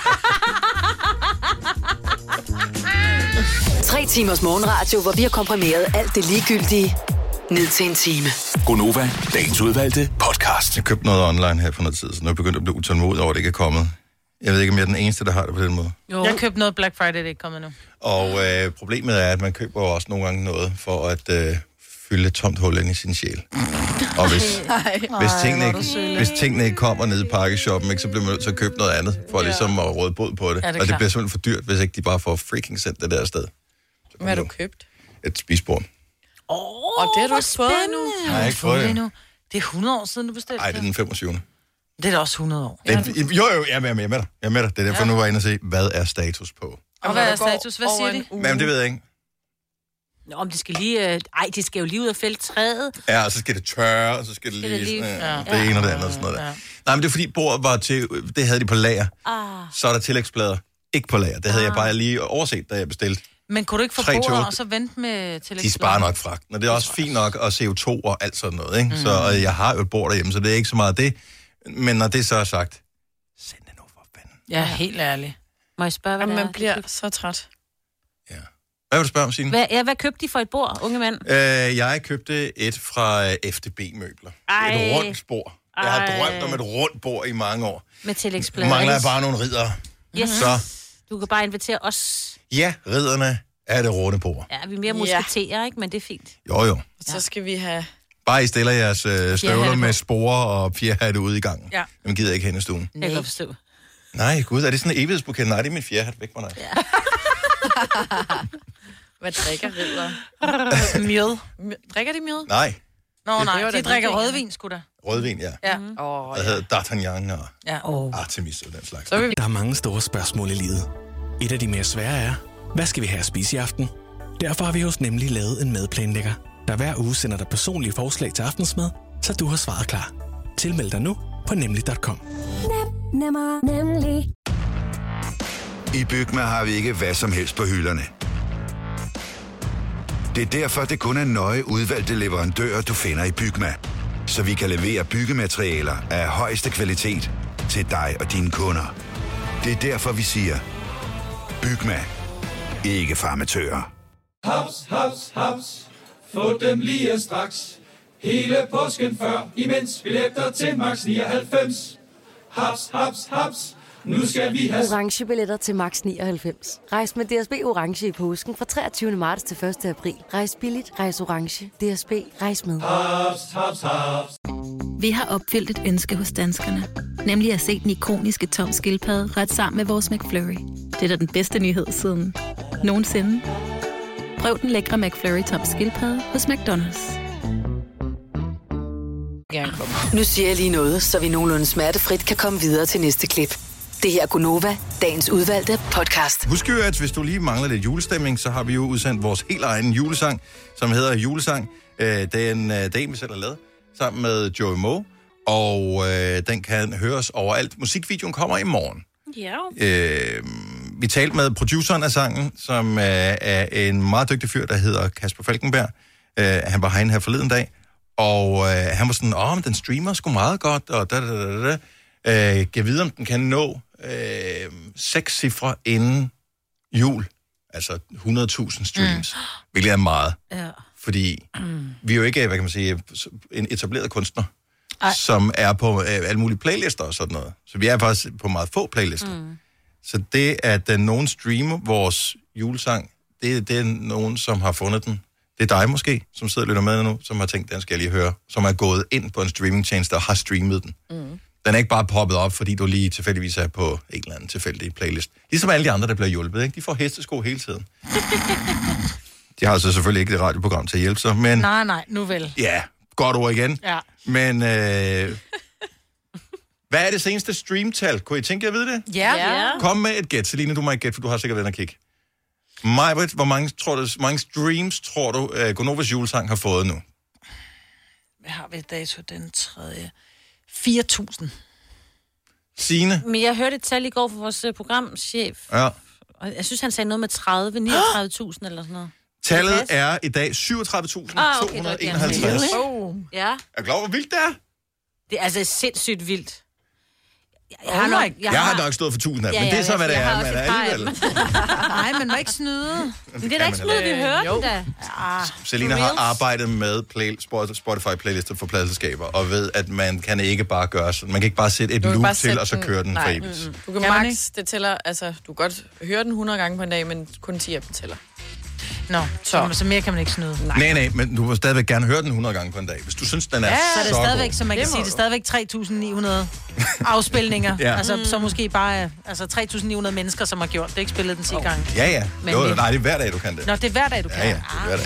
3 timers morgenradio, hvor vi har komprimeret alt det ligegyldige ned til en time. Gonova, dagens udvalgte podcast. Jeg købte noget online her for noget tid, så nu er jeg begyndt at blive utålmodig over, at det ikke er kommet. Jeg ved ikke, om jeg er den eneste, der har det på den måde. Jo. Jeg købte noget Black Friday, det er ikke kommet nu. Og problemet er, at man køber også nogle gange noget for at fylde et tomt hul ind i sin sjæl. Og hvis tingene ikke kommer ned i pakkeshoppen, så bliver man nødt til at købe noget andet, for ligesom at råde bod på det. Og det bliver simpelthen for dyrt, hvis ikke de bare får freaking sendt det der sted. Hvad har du købt? Et spisbord. Og det har du ikke fået endnu? Nej, jeg har ikke fået det endnu. Det er 100 år siden, du bestilte. Nej, det er den 25. Det er da også 100 år. Jo, jeg er med dig. Jeg er med dig. Det er derfor, nu var jeg inde og se, hvad er status på. Og hvad er status? Hvad siger de? Men det ved jeg ikke. Nå, om det skal lige... de skal jo lige ud og fælde træet. Ja, og så skal det tørre, og så skal det lige... Det ene og det andet og sådan noget der. Nej, men det er fordi, bordet var til... Det havde de på lager. Så er der tillægsplader. Ikke på lager. Det havde jeg bare lige overset, da jeg bestilte. Men kunne du ikke få bordet og så vente med tillægsplader? De sparer nok fragten, og det er også fint nok, og CO2 og alt sådan noget, ikke? Så jeg har jo et bord derhjemme, så det er ikke så meget det. Men når det så er sagt, send det nu for fanden. Ja, helt ærligt. Må jeg spørge, hvad det er? Man bliver så træt. Ja. Hvad vil du spørge om, Signe? Hvad købte de for et bord, unge mand? Jeg købte et fra FDB-møbler. Et rundt bord. Jeg har drømt om et rundt bord i mange år. Med tillægsplader. Mangler jeg bare nogle riddere. Yes. Så. Du kan bare invitere os. Ja, ridderne er det runde bord. Ja, vi er mere musketerer, ikke? Men det er fint. Jo. Så skal vi have... Bare I stiller jeres støvler med sporer og fjerhatte ude i gangen. Ja. Dem gider jeg ikke hen i stuen. Jeg kan godt forstå. Nej, gud, er det sådan en evighedsbuket? Nej, det er min fjerhat. Væk med dig. Ja. Hvad drikker ridder? Mjød. Drikker de mjød? Nej. Nej, de drikker rødvin, sgu da. Rødvin, ja. Der hedder D'Artagnan og Artemis og den slags. Der er mange store spørgsmål i livet. Et af de mere svære er, Hvad skal vi have at spise i aften? Derfor har vi hos Nemlig lavet en madplanlægger, der hver uge sender dig personlige forslag til aftensmad, så du har svaret klar. Tilmeld dig nu på nemlig.com. Nemlig. I Bygma har vi ikke hvad som helst på hylderne. Det er derfor, det kun er nøje udvalgte leverandører, du finder i Bygma. Så vi kan levere byggematerialer af højeste kvalitet til dig og dine kunder. Det er derfor, vi siger, Bygma. Ikke farmatører. Haps, haps, haps. Få dem lige straks. Hele påsken før, imens billetter til max 99. Haps, haps, haps. Nu skal vi have Orange billetter til max 99. Rejs med DSB Orange i påsken fra 23. marts til 1. april. Rejs billigt, rejs orange. DSB, rejs med. haps, haps, haps. Vi har opfyldt et ønske hos danskerne. Nemlig at se den ikoniske Tom Skildpadde ret sammen med vores McFlurry. Det er da den bedste nyhed siden nogensinde. Prøv den lækre McFlurry Tom Skildpadde hos McDonald's. Nu siger jeg lige noget, så vi nogenlunde smertefrit kan komme videre til næste klip. Det her er Gunova, dagens udvalgte podcast. Husk jo, at hvis du lige mangler lidt julestemning, så har vi jo udsendt vores helt egen julesang, som hedder Julesang. Det er en vi selv har lavet, sammen med Joey Moe, og den kan høres overalt. Musikvideoen kommer i morgen. Ja. Vi talte med produceren af sangen, som er en meget dygtig fyr, der hedder Kasper Falkenberg. Han var herinde her forleden dag, og han var sådan, men den streamer sgu meget godt, og kan vide, om den kan nå 6 cifre inden jul. Altså 100.000 streams, hvilket er meget. Ja. Fordi vi er jo ikke, hvad kan man sige, en etableret kunstner, som er på alle mulige playlister og sådan noget. Så vi er faktisk på meget få playlister. Så det, at nogen streamer vores julesang, det er nogen, som har fundet den. Det er dig måske, som sidder og lytter med nu, som har tænkt, den skal jeg lige høre, som er gået ind på en streamingtjeneste og har streamet den. Den er ikke bare poppet op, fordi du lige tilfældigvis er på en eller anden tilfældig playlist. Ligesom alle de andre, der bliver hjulpet, ikke? De får hestesko hele tiden. De har altså selvfølgelig ikke det radioprogram til at hjælpe sig, men... Nej, nu vel. Ja, godt ord igen. Ja. Men hvad er det seneste streamtal? Kunne I tænke, jeg ved det? Ja. Kom med et gæt. Selina, du må ikke gætte, for du har sikkert været at kigge. Majbrit, hvor mange streams tror du, Gonovas julesang har fået nu? Hvad har vi dato den 3. 4.000. Signe? Men jeg hørte et tal i går fra vores programchef. Ja. Og jeg synes, han sagde noget med 39.000 eller sådan noget. Tallet er i dag 37.251. Ja. Er klar, hvor vildt det er? Det er altså sindssygt vildt. Jeg har nok stået for 1000 af, men det er så, hvad det er. Men alligevel. Nej, man må ikke snyde. Men det er da ikke snyde, vi hører den da. Selina har arbejdet med Spotify-playlister for pladselskaber, og ved, at man kan ikke bare gøre sådan. Man kan ikke bare sætte et loop til, og så køre den for evigt. Du kan max, det tæller, altså, du kan godt høre den 100 gange på en dag, men kun 10 af dem tæller. Nå, så mere kan man ikke snyde. Nej, men du må stadigvæk gerne høre den 100 gange på en dag, hvis du synes, den er så er det stadigvæk, god. som man kan sige, det er stadigvæk 3.900 afspilninger. Ja. Altså, så måske bare 3.900 mennesker, som har gjort det, ikke spillet den 10 gange. Ja. Nej, det er hver dag, du kan det. Nå, det er hver dag, du kan. Ja, det er hver dag.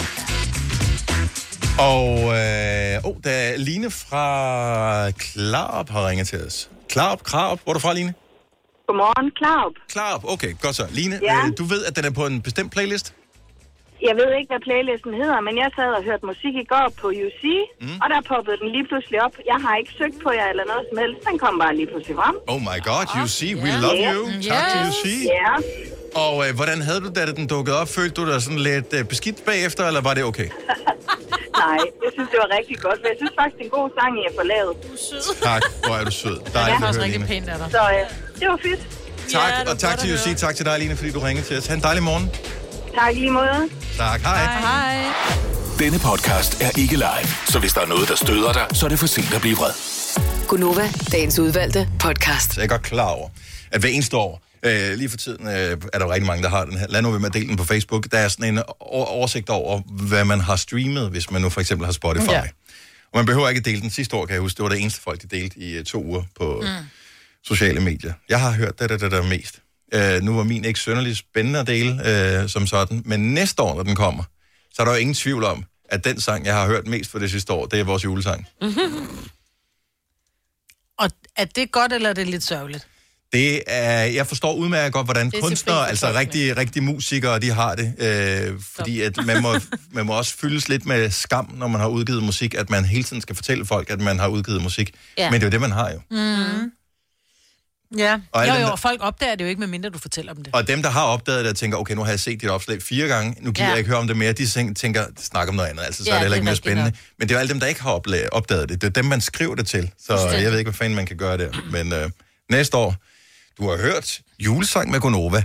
Og der er Line fra Klarup har ringet til os. Klarup, hvor er du fra, Line? Godmorgen, Klarup. Klarup, okay, godt så. Line, Ja. du ved, at den er på en bestemt playlist? Jeg ved ikke, hvad playlisten hedder, men jeg sad og hørte musik i går på UC, og der poppede den lige pludselig op. Jeg har ikke søgt på jer eller noget som helst. Den kom bare lige pludselig frem. Oh my god, UC, we love you. Tak til UC. Ja. Og hvordan havde du, da den dukkede op? Følte du dig sådan lidt beskidt bagefter, eller var det okay? Nej, jeg synes, det var rigtig godt. Jeg synes faktisk, det er en god sang, I har fået lavet. Du er sød. Tak, hvor er du sød. Det er også rigtig pænt af dig. Så det var fedt. Tak, og tak til UC. Tak til dig, Line, fordi du ringede til os. Ha' en dejlig morgen. Tak lige måde. Tak, hej. Hej. Denne podcast er ikke live, så hvis der er noget, der støder dig, så er det for sent at blive vred. Gunova, dagens udvalgte podcast. Så jeg er godt klar over, at hver eneste år, lige for tiden er der rigtig mange, der har den her. Lad nu være med at dele den på Facebook. Der er sådan en oversigt over, hvad man har streamet, hvis man nu for eksempel har Spotify. Ja. Og man behøver ikke dele den. Sidste år, kan jeg huske, det var det eneste folk, de delte i 2 uger på sociale medier. Jeg har hørt det der mest. Nu var min ikke synderligt spændende at dele som sådan, men næste år, når den kommer, så er der jo ingen tvivl om, at den sang, jeg har hørt mest for det sidste år, det er vores julesang. Og er det godt, eller er det lidt sørgeligt? Jeg forstår udmærket godt, hvordan kunstnere, altså rigtige musikere, de har det. Fordi at man må også fyldes lidt med skam, når man har udgivet musik, at man hele tiden skal fortælle folk, at man har udgivet musik. Ja. Men det er jo det, man har jo. Mm. Ja, og folk opdager det jo ikke, medmindre du fortæller dem det. Og dem, der har opdaget det, og tænker, okay, nu har jeg set dit opslag 4 gange, nu gider jeg ikke høre om det mere, de tænker, snak om noget andet, altså så er det heller ikke mere spændende. Nok. Men det er jo alle dem, der ikke har opdaget det. Det er dem, man skriver det til. Så jeg ved ikke, hvad fanden man kan gøre der. Men næste år, du har hørt julesang med Gonova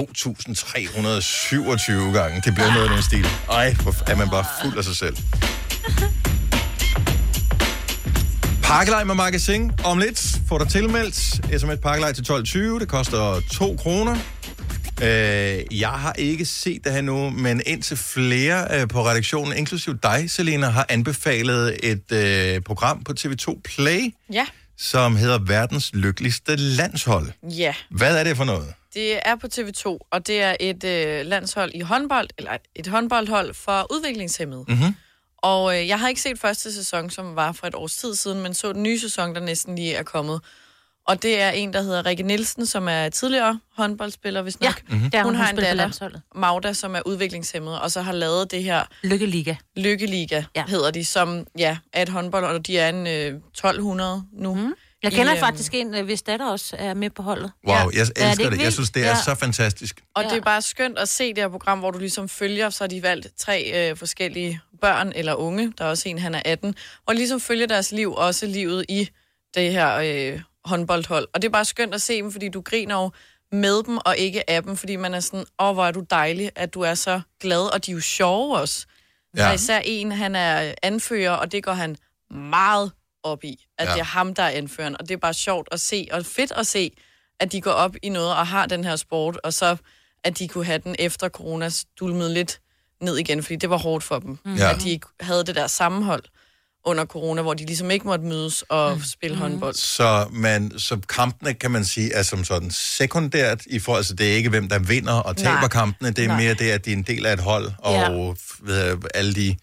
2.327 gange. Det bliver noget af den stil. Ej, er man bare fuld af sig selv. Pakkelej med Magasin. Om lidt får der tilmeldt SMS pakkelej til 12.20. Det koster 2 kroner. Jeg har ikke set det her nu, men indtil flere på redaktionen, inklusive dig, Selina, har anbefalet et program på TV2 Play, som hedder Verdens Lykkeligste Landshold. Ja. Hvad er det for noget? Det er på TV2, og det er et landshold i håndbold, eller et håndboldhold for udviklingshæmmede. Mm-hmm. Og jeg har ikke set første sæson, som var for et års tid siden, men så den nye sæson, der næsten lige er kommet. Og det er en, der hedder Rikke Nielsen, som er tidligere håndboldspiller, hvis nok. Ja, mm-hmm. Hun har en datter, Magda, som er udviklingshæmmet, og så har lavet det her... Lykkeliga hedder de, som er et håndbold, og de er en 1200 nu. Mm-hmm. Jeg kender faktisk en, hvis datter også er med på holdet. Wow, jeg elsker det. Jeg synes, det er så fantastisk. Og det er bare skønt at se det her program, hvor du ligesom følger, så har de valgt 3 forskellige børn eller unge. Der er også en, han er 18. Og ligesom følger deres liv, også livet i det her håndboldhold. Og det er bare skønt at se dem, fordi du griner jo med dem og ikke af dem, fordi man er sådan, hvor er du dejlig, at du er så glad, og de er jo sjove også. Ja. Der er især en, han er anfører, og det går han meget op i, at det er ham, der er anføreren. Og det er bare sjovt at se, og fedt at se, at de går op i noget og har den her sport, og så at de kunne have den efter corona dulmet lidt ned igen, fordi det var hårdt for dem. At de ikke havde det der sammenhold under corona, hvor de ligesom ikke måtte mødes og spille håndbold. Så kampene, kan man sige, er som sådan sekundært i forhold til, det er ikke hvem, der vinder og taber kampene, det er mere det, at de er en del af et hold, og alle de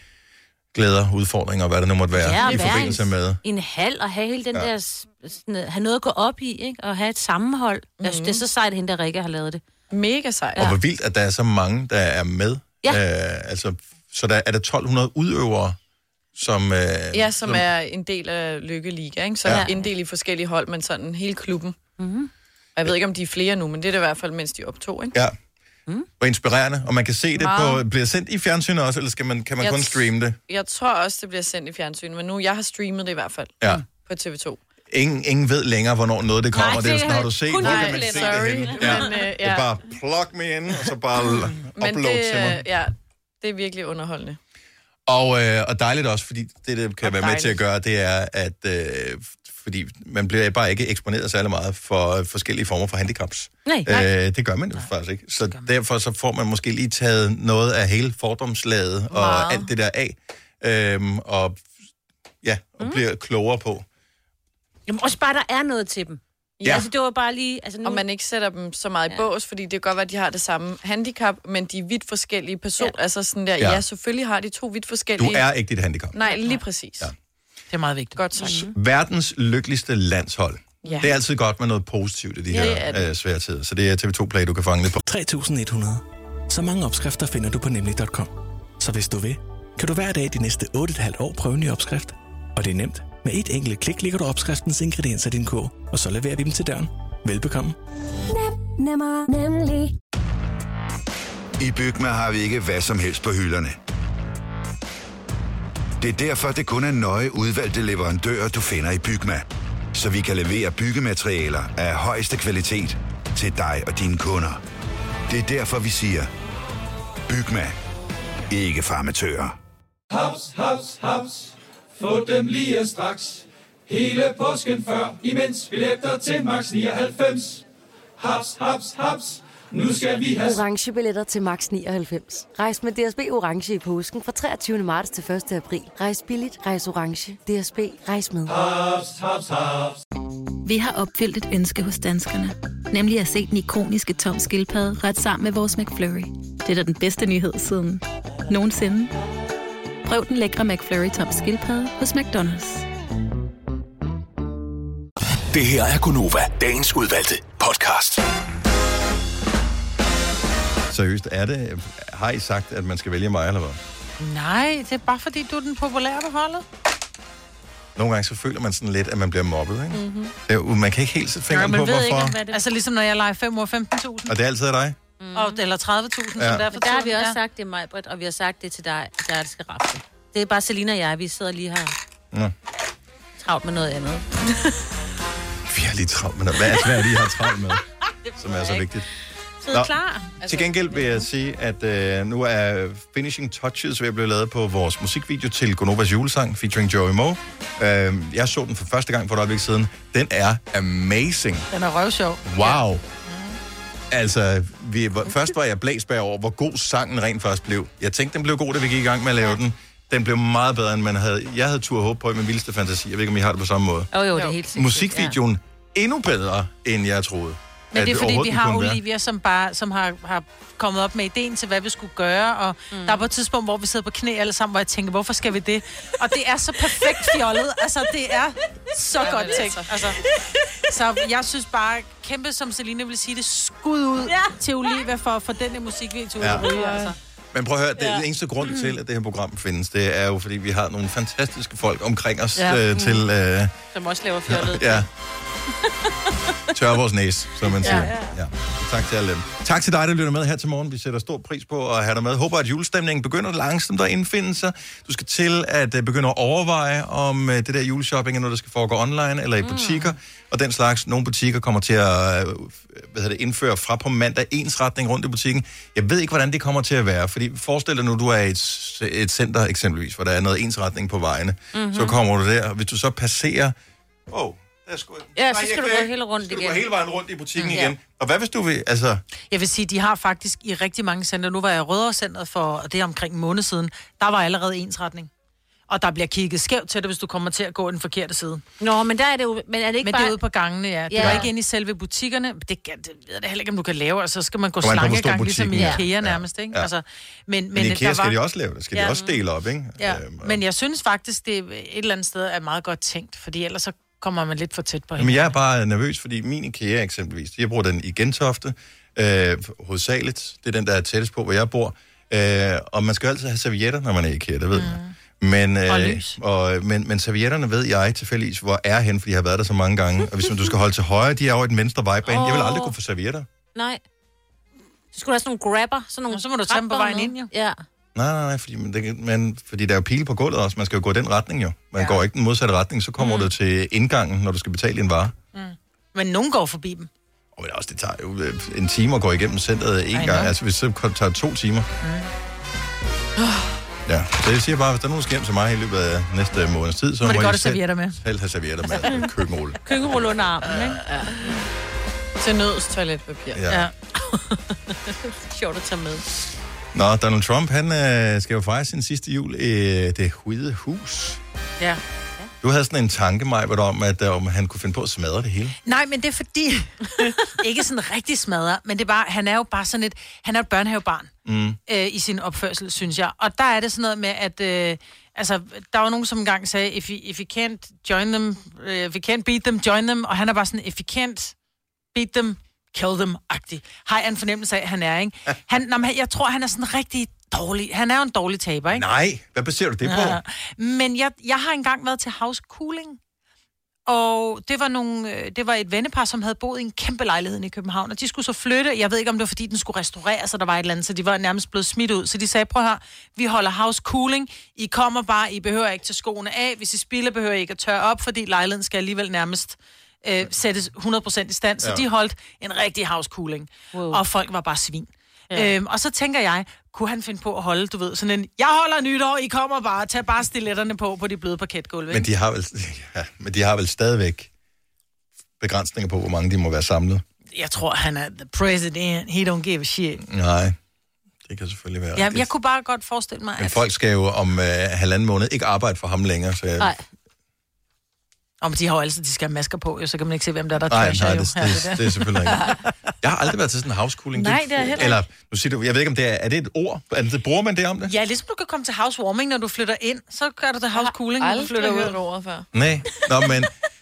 glæder, udfordringer, og hvad det nu måtte være i forbindelse med. En hal, og have hele den der, sådan, have noget at gå op i, ikke? Og have et sammenhold. Mm-hmm. Det er så sejt, hende der Rikke har lavet det. Mega sejt. Og hvor vildt, at der er så mange, der er med. Ja. Så der er der 1200 udøvere, som er en del af Lykkeliga, ikke? Så en del i forskellige hold, men sådan hele klubben. Mm-hmm. Og jeg ved ikke, om de er flere nu, men det er det i hvert fald, mens de optog, ikke? Ja. Og inspirerende, og man kan se det bliver sendt i fjernsynet også, eller kan man kun streame det? Jeg tror også, det bliver sendt i fjernsynet, men jeg har streamet det i hvert fald på TV2. Ingen ved længere, hvornår noget det kommer. Det er sådan, har du set, hvor kan man se det henne? Det er bare plug me in, og så bare upload til mig. Ja, det er virkelig underholdende. Og dejligt også, fordi det kan være med til at gøre, det er, at fordi man bliver bare ikke eksponeret særlig meget for forskellige former for handicaps. Nej. Det gør man jo faktisk ikke. Så derfor så får man måske lige taget noget af hele fordomslaget og alt det der af, og bliver klogere på. Jamen også bare, der er noget til dem. Ja. Altså, det var bare lige... Altså, nu... Og man ikke sætter dem så meget i bås, fordi det kan godt være, at de har det samme handicap, men de er vidt forskellige personer. Ja. Altså sådan der, selvfølgelig har de 2 vidt forskellige... Du er ikke dit handicap. Nej, lige præcis. Ja. Det er meget vigtigt. Godt sagt. Verdens lykkeligste landshold. Ja. Det er altid godt med noget positivt i de her svære tider. Så det er TV2 Play, du kan fange det på. 3.100. Så mange opskrifter finder du på nemlig.com. Så hvis du vil, kan du hver dag de næste 8,5 år prøve en ny opskrift. Og det er nemt. Med et enkelt klik ligger du opskriftens ingredienser i din kog, og så leverer vi dem til døren. Velbekomme. Nemlig. I Bygma har vi ikke hvad som helst på hylderne. Det er derfor, det kun er nøje udvalgte leverandører, du finder i Bygma. Så vi kan levere byggematerialer af højeste kvalitet til dig og dine kunder. Det er derfor, vi siger, Bygma. Ikke farmatører. Haps, haps, haps. Få dem lige straks. Hele påsken før, imens billetter til max 99. Haps, haps, haps. Nu skal vi have orange billetter til max 99. Rejs med DSB orange i påsken fra 23. marts til 1. april. Rejs billigt, rejs orange. DSB, rejs med. Haps, haps, haps. Vi har opfyldt et ønske hos danskerne. Nemlig at se den ikoniske tom skildpadde ret sammen med vores McFlurry. Det er da den bedste nyhed siden nogensinde. Prøv den lækre McFlurry tom skildpadde hos McDonald's. Det her er Gonova, dagens udvalgte podcast. Seriøst, har I sagt, at man skal vælge mig, eller hvad? Nej, det er bare fordi, du er den populære på holdet. Nogle gange så føler man sådan lidt, at man bliver mobbet, ikke? Mm-hmm. Man kan ikke helt sætte fingeren på, hvorfor. Ikke, det... Altså ligesom når jeg leger 5 år 15.000. Og det er altid af dig? Eller 30.000, ja. Så derfor der har vi også sagt det, Majbrit, og vi har sagt det til dig, der det skal rafle. Det er bare Selina og jeg, vi sidder lige her. Travlt med noget andet. Vi har lige travlt med noget. Hvad er det, I har travlt med, som er så vigtigt? Klar. Til gengæld vil jeg sige, at nu er Finishing Touches ved at blive lavet på vores musikvideo til Gonovas julesang, featuring Joey Moe. Jeg så den for første gang for et øjeblik siden. Den er amazing. Den er røvsjov. Wow. Ja. Altså, først var jeg blæsbær over, hvor god sangen rent først blev. Jeg tænkte, den blev god, da vi gik i gang med at lave den. Den blev meget bedre, end jeg havde tur håb på i min vildeste fantasi. Jeg ved ikke, om I har det på samme måde. Jo, det er helt sikkert. Musikvideoen endnu bedre, end jeg troede. Men det er fordi, vi har Olivia, som har kommet op med ideen til, hvad vi skulle gøre, og der er på et tidspunkt, hvor vi sidder på knæ alle sammen, hvor jeg tænker, hvorfor skal vi det? Og det er så perfekt fjollet. Altså, det er så godt tænkt. Altså, så jeg synes bare, kæmpe som Selina vil sige det, skud ud til Olivia for at få den her musikvideo. Altså. Men prøv at høre, det eneste grund til, at det her program findes, det er jo, fordi vi har nogle fantastiske folk omkring os til... Som også laver fjollet. Ja. Tør vores næse, som man siger. Ja. Tak til alle dem. Tak til dig, der lytter med her til morgen. Vi sætter stor pris på at have dig med. Håber, at julestemningen begynder langsomt at indfinde sig. Du skal til at begynde at overveje, om det der juleshopping er noget, der skal foregå online eller i butikker. Og den slags. Nogle butikker kommer til at indføre fra på mandag ensretning rundt i butikken. Jeg ved ikke, hvordan det kommer til at være. Fordi forestil dig nu, du er i et center eksempelvis, hvor der er noget ensretning på vejene. Så kommer du der, og hvis du så passerer... så skal du gå hele rundt igen. Så skal du gå hele vejen rundt i butikken igen. Og hvad hvis du vil, altså... Jeg vil sige, de har faktisk i rigtig mange center, nu var jeg i Rødovre-centret for det omkring en måned siden, der var allerede ensretning. Og der bliver kigget skævt til det, hvis du kommer til at gå den forkerte side. Nå, men der er det jo... Men er det ikke bare... det er ude på gangene, ja. Det var ikke inde i selve butikkerne. Det ved jeg heller ikke, om du kan lave, og så skal man gå slangegang, ligesom i IKEA nærmest, ikke? Ja. Altså, men IKEA skal de også lave det. Skal de også dele op, ikke? Ja, men jeg synes faktisk, det et eller andet sted er meget godt tænkt, fordi ellers så kommer man lidt for tæt på hende. Men jeg er bare nervøs, fordi min IKEA eksempelvis, jeg bruger den i Gentofte, hovedsageligt. Det er den, der er tættest på, hvor jeg bor. Og man skal jo altid have servietter, når man er i IKEA, det ved man. Men servietterne ved jeg tilfældigvis, hvor er hen, fordi jeg har været der så mange gange. Og hvis du skal holde til højre, de er over i den venstre vejbane. Jeg vil aldrig kunne få servietter. Nej. Så skulle der have sådan nogle grabber. Sådan nogle så må du tage dem på vejen ind, jo. Ja. Nej, fordi der er jo pile på gulvet også. Man skal jo gå i den retning, jo. Man går ikke den modsatte retning, så kommer du til indgangen, når du skal betale en vare. Men nogen går forbi dem. Men også, det tager jo en time at gå igennem centret en gang. Altså, hvis det tager 2 timer. Ja, så jeg siger bare, hvis der er nogen, der skal hjem til mig i løbet af næste måneds tid, så må I selv have servietter med køkkenrulle. Køkkenrulle under armen, ikke? Ja. Til nøds toiletpapir. Ja. Sjovt at tage med. Nå, Donald Trump, han skal jo fejre sin sidste jul i Det Hvide Hus. Ja. Du havde sådan en tanke, Majbert, om, at han kunne finde på at smadre det hele. Nej, men det er fordi... ikke sådan rigtig smadre, men det er bare, han er jo bare sådan han er et børnehavebarn i sin opførsel, synes jeg. Og der er det sådan noget med, at... der var nogen, som engang sagde, if you can't join them, if you can't beat them, join them. Og han er bare sådan, if you can't beat them, kill them-agtig. Har jeg en fornemmelse af, at han er, ikke? Jeg tror, han er sådan rigtig dårlig. Han er jo en dårlig taber, ikke? Nej, hvad baserer du det på? Ja. Men jeg har engang været til house cooling, og det var et vennepar, som havde boet i en kæmpe lejlighed i København, og de skulle så flytte. Jeg ved ikke, om det var, fordi den skulle restaureres, så der var et eller andet, så de var nærmest blevet smidt ud. Så de sagde, prøv her, vi holder house cooling. I kommer bare, I behøver ikke tage skoene af. Hvis I spilder, behøver I ikke at tørre op, fordi lejligheden skal alligevel nærmest sættes 100% i stand. Så de holdt en rigtig house cooling. Wow. Og folk var bare svin. Ja. Og så tænker jeg, kunne han finde på at holde, du ved, sådan en, jeg holder nytår, I kommer bare, tag bare stiletterne på de bløde parketgulve. Men de har vel stadigvæk begrænsninger på, hvor mange de må være samlet. Jeg tror, han er the president, he don't give a shit. Nej, det kan selvfølgelig være. Ja, jeg kunne bare godt forestille mig, men folk skal jo om 1,5 måned ikke arbejde for ham længere, så nej. Om de har jo altid, de skal have masker på, så kan man ikke se, hvem der trasher. Nej, det er selvfølgelig ikke. Jeg har aldrig været til sådan en house cooling. Nej, det er heller ikke. Eller, nu siger du, jeg ved ikke, om det er det et ord? Bruger man det om det? Ja, ligesom du kan komme til housewarming, når du flytter ind, så gør du det house cooling, når du flytter ud. Ordet før. Nej, men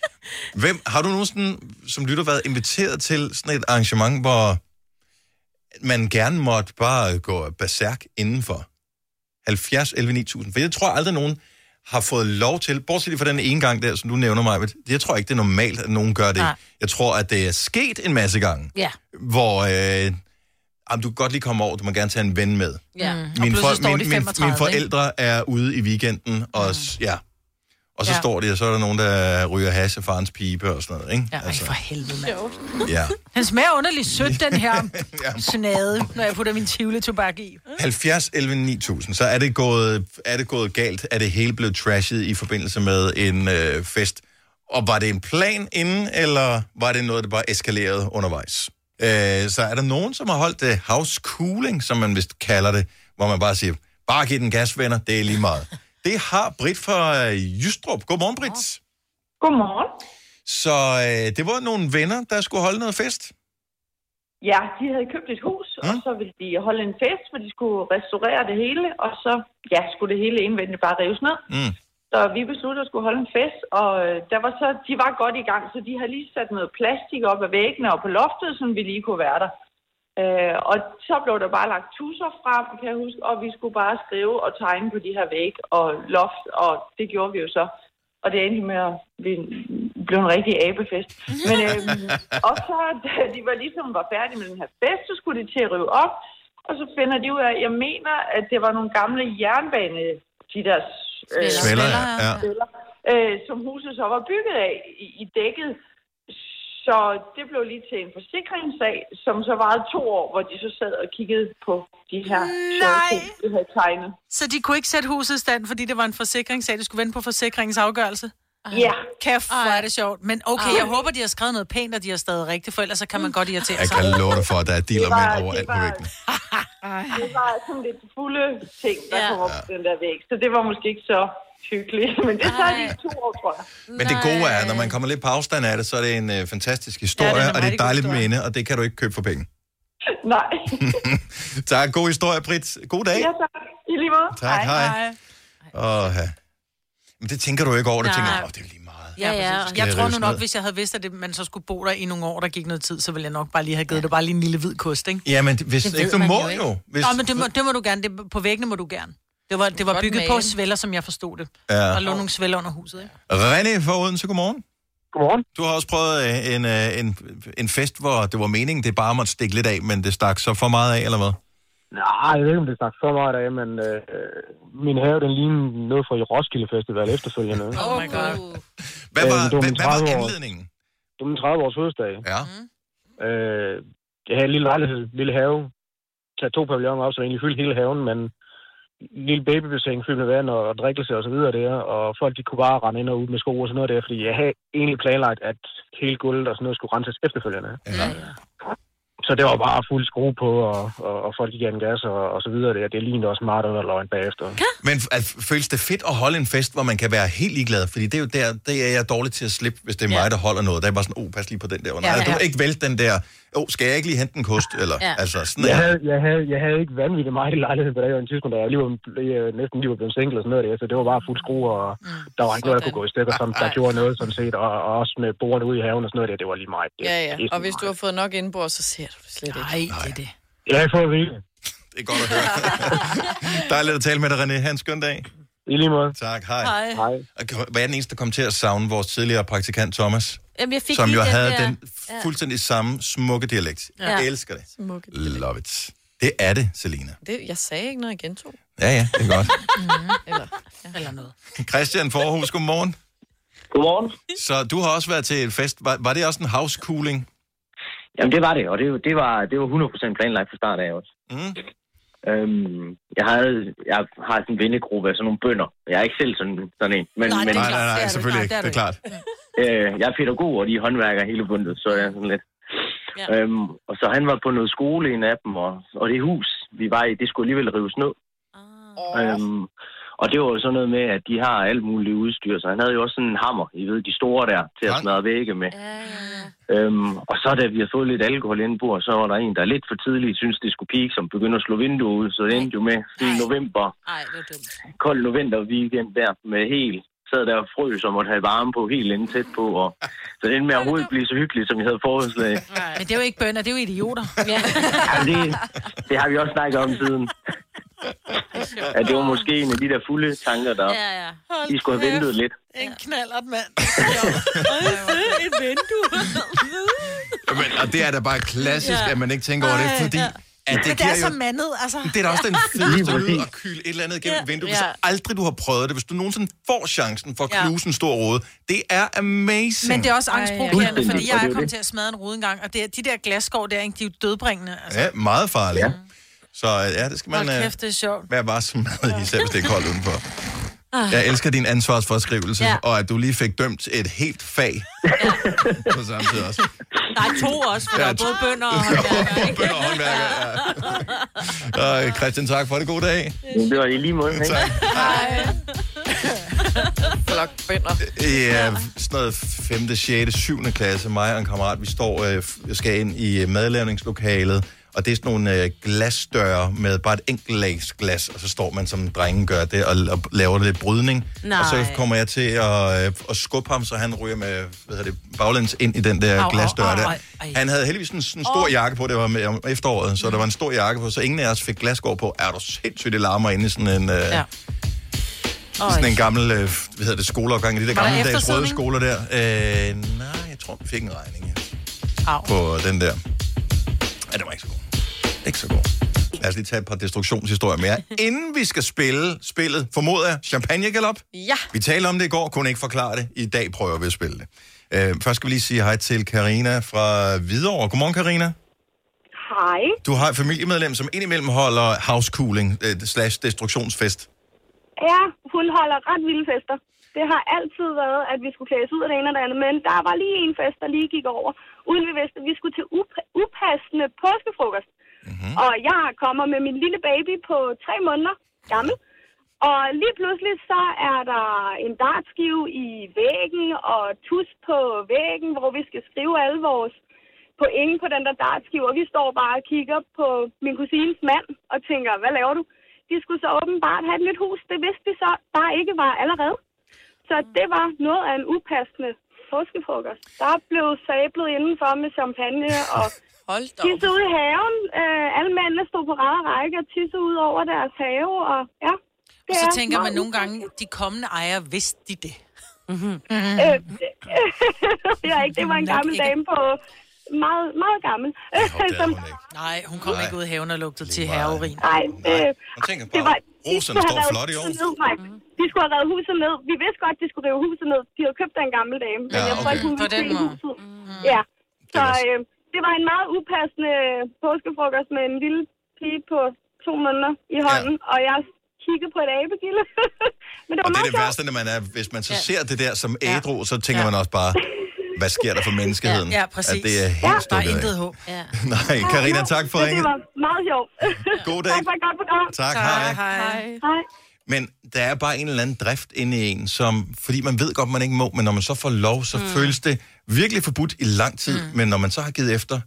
Har du nogensinde, som lytter, været inviteret til sådan et arrangement, hvor man gerne måtte bare gå berserk indenfor? 70, 11, 9000. For jeg tror aldrig, nogen har fået lov til, bortset fra den ene gang der, som du nævner mig, jeg tror ikke, det er normalt, at nogen gør det. Nej. Jeg tror, at det er sket en masse gange, hvor du kan godt lige komme over, du må gerne tage en ven med. Ja. Mine forældre er ude i weekenden, og så står de, og så er der nogen, der ryger hash af farens pibe og sådan noget, ikke? Ja, for helvede, mand. Ja. Han smager underligt sødt, den her snade, når jeg putter min tivletobak i. 70, 11, 9000. Så er det gået galt? Er det hele blevet trashet i forbindelse med en fest? Og var det en plan inden, eller var det noget, der bare eskalerede undervejs? Så er der nogen, som har holdt det house cooling, som man vist kalder det, hvor man bare siger, bare giv den gas, venner, det er lige meget. Det har Britt fra Jystrup. Godmorgen, Britt. Godmorgen. Så det var nogle venner, der skulle holde noget fest? Ja, de havde købt et hus, og så ville de holde en fest, hvor de skulle restaurere det hele, og så skulle det hele indvendigt bare rives ned. Så vi besluttede at skulle holde en fest, og de var godt i gang, så de har lige sat noget plastik op ad væggene og på loftet, så vi lige kunne være der. Og så blev der bare lagt tusser frem, kan jeg huske, og vi skulle bare skrive og tegne på de her væg og loft, og det gjorde vi jo så. Og det endte med at blive en rigtig abefest. Men, og så, da de var færdige med den her fest, så skulle de til at rive op, og så finder de ud af, jeg mener, at det var nogle gamle jernbane, de der svæller, som huset så var bygget af i dækket. Så det blev lige til en forsikringssag, som så varede 2 år, hvor de så sad og kiggede på de her ting, de havde tegnet. Så de kunne ikke sætte huset i stand, fordi det var en forsikringssag, de skulle vente på forsikringens afgørelse? Ja. Kæft, hvor er det sjovt. Men okay, jeg håber, de har skrevet noget pænt, og de har stadig rigtigt, for ellers så kan man godt irritere sig. Jeg kan love dig for, at der er dealermænd overalt på væggen. Det var sådan lidt fulde ting, der kom op på den der væg, så det var måske ikke så hyggeligt, men det tager de 2 år, tror jeg. Men det gode er, når man kommer lidt på afstand af det, så er det en fantastisk historie, og det er et dejligt minde, og det kan du ikke købe for penge. Nej. Tak, god historie, Britt. God dag. Ja, tak. I lige måde. Tak, hej. Men det tænker du ikke over, det tænker det er lige meget. Ja. Jeg tror nu nok, hvis jeg havde vidst, at man så skulle bo der i nogle år, der gik noget tid, så ville jeg nok bare lige have givet det bare lige en lille hvid kost, ikke? Ja, men hvis ikke du må jo. Nå, men det må du gerne. På væggene må du gerne. Det var bygget på svælder, som jeg forstod det. Ja. Der lå nogle svælder under huset, ikke? René fra Odense, godmorgen. Godmorgen. Du har også prøvet en fest, hvor det var meningen, det bare måtte stikke lidt af, men det stak så for meget af, eller hvad? Nej, jeg ved ikke, om det stak for meget af, men min have, den lignede noget fra Roskilde Festival efterfølgende. Oh my god. Hvad var anledningen? Det var min 30-års fødselsdag. Ja. Jeg havde en lille lejlighed, lille have, taget 2 pavilloner op, så jeg egentlig fyldte hele haven, men lille babybassin fyldt med vand og drikkelse og så videre der, og folk de kunne bare rende ind og ud med sko og sådan noget der, fordi jeg havde egentlig planlagt, at hele gulvet og sådan noget skulle renses efterfølgende. Ja. Så det var bare fuld skrue på, og folk gik en gas og så videre der. Det lignede også meget under løgn bagefter. Men føles det fedt at holde en fest, hvor man kan være helt ligeglad? Fordi det er jo der, det er jeg dårlig til at slippe, hvis det er mig, der holder noget. Der er bare sådan, pas lige på den der. Nej, du ikke vælte den der, skal jeg ikke lige hente en kost? Eller, altså, sådan jeg havde ikke vanvittigt meget i lejligheden på det her tidspunkt, da jeg næsten lige var blevet single og sådan noget der, så det var bare fuld skrue, og der var ikke noget, der kunne gå i stykker, som der gjorde noget sådan set, og også med bordene ude i haven og sådan noget der, det var lige meget. Ja, og hvis du har fået nok indbord, så ser du det slet ikke. Nej, det er det. Jeg har fået at vide. Det er godt at høre. Dejligt at tale med dig, René. Ha' en skøn dag. I lige måde. Tak, hej. Hej. Hvad er den eneste, der kom til at savne vores tidligere praktikant, Thomas? Jamen, som jo havde den fuldstændig samme smukke dialekt. Jeg elsker det. Love it. Det er det, Selina. Jeg sagde ikke noget, jeg gentog. Ja, det er godt. Eller noget. Christian Forhus, godmorgen. Godmorgen. Så du har også været til en fest. Var det også en house cooling? Jamen, det var det, og det var 100% planlagt fra start af også. Jeg har sådan en vennegruppe af sådan nogle bønder. Jeg er ikke selv sådan en. Men, nej, selvfølgelig ikke. Det er klart. Jeg er pædagog, og de er håndværkere hele bundet, så jeg er sådan lidt. Ja. Og så han var på noget skole, en af dem, og det hus, vi var i, det skulle alligevel rives ned. Og det var jo sådan noget med, at de har alt muligt udstyr, så han havde jo også sådan en hammer, I ved, de store der, til at smadre vægge med. Og så da vi havde fået lidt alkohol inde på, så var der en, der lidt for tidligt synes det skulle peak, som begyndte at slå vinduet ud, så det endte jo med sådan november. Kold november weekend der, med helt sad der og frøs og måtte have varme på helt inde tæt på. Og så det endte med at overhovedet blive så hyggeligt, som jeg havde forudslaget. Men det er jo ikke bønder, det er jo idioter. Ja, det har vi også snakket om siden. At det var måske en af de der fulde tanker, der I skulle have ventet lidt. En knallert, mand. Et vindue. Men, og det er da bare klassisk, at man ikke tænker over det, fordi... At det er så mandet, altså. Det er da også den fedeste lyd at kyle et eller andet gennem vinduet. Hvis aldrig du har prøvet det, hvis du nogensinde får chancen for at knuse en stor rode, det er amazing. Men det er også angstprovokerende, fordi jeg er kommet til at smadre en rode engang, og de der glasskår der, de er jo dødbringende. Altså. Ja, meget farligt. Ja. Så ja, det skal man kæft, det er sjovt. være varsom med, især hvis det er koldt udenfor. Jeg elsker din ansvarsforskrivelse, og at du lige fik dømt et helt fag på samme tid også. Nej, 2 også, for der er både bønder og håndværkere. Bønder og håndværkere, ja. Christian, tak for det. God dag. Det var i lige måde. Tak. Hej. Flok bønder. Ja, sådan noget 5., 6., 7. klasse. Mig og en kammerat, vi skal ind i madlavningslokalet. Og det er sådan nogle glasdøre med bare et enkelt lags glas, og så står man, som drengen gør det, og laver lidt brydning. Nej. Og så kommer jeg til at skubbe ham, så han ryger med baglæns ind i den der glasdør der. Han havde heldigvis en stor jakke på, det var med efteråret, så der var en stor jakke på, så ingen af os fik glasskår på. Er du sindssygt, det larmer inde i sådan en... sådan en gammel, skoleopgang, de der gammeldags røde skoler der. Nej, jeg tror, vi fik en regning på den der. Ja, det var ikke så god. Ikke så god. Lad os lige tage et par destruktionshistorier mere. Inden vi skal spille spillet, formoder jeg, Champagne Galop. Ja. Vi talte om det i går, kunne ikke forklare det. I dag prøver vi at spille det. Først skal vi lige sige hej til Karina fra Hvidovre. Godmorgen, Karina. Hej. Du har et familiemedlem, som indimellem holder housecooling / destruktionsfest. Ja, hun holder ret vilde fester. Det har altid været, at vi skulle klædes ud af det ene og det andet, men der var lige en fest, der lige gik over, uden vi vidste, at vi skulle til upassende påskefrokost. Mm-hmm. Og jeg kommer med min lille baby på 3 måneder gammel, og lige pludselig så er der en dartskive i væggen og tus på væggen, hvor vi skal skrive alle vores point på den der dartskive, og vi står bare og kigger på min kusines mand og tænker, hvad laver du? De skulle så åbenbart have et nyt hus, det vidste vi så bare ikke var allerede. Så det var noget af en upassende påskefrokost. Der blev sablet indenfor med champagne og tisse ud i haven. Alle mændene stod på rad og række og tisse ud over deres have. Og, ja, og så tænker man nogle gange, de kommende ejere, vidste de det? Ja, ikke. Det var en gammel dame på meget, meget gammel. Nej, hun kom ikke ud i haven og lugtede til herreurin. Nej, det var... Rosen står flot i år. De skulle have revet huset ned. Vi vidste godt, de skulle rive huset ned. De havde købt den gamle dame. Men jeg tror ikke, hun ville se huset. Ja, så det var en meget upassende påskefrokost med en lille pige på 2 måneder i hånden. Og jeg kiggede på et abegilde. Men det var og det er det værste, når man er... Hvis man så ser det der som ædru, så tænker man også bare... Hvad sker der for menneskeheden? Ja, præcis. At det er helt der er intet håb. Ja. Nej, Karina, tak for ringen. Det var meget sjovt. God dag. Tak for et godt program. Tak, hej. Men der er bare en eller anden drift inde i en, som, fordi man ved godt, man ikke må, men når man så får lov, så føles det virkelig forbudt i lang tid. Men når man så har givet efter,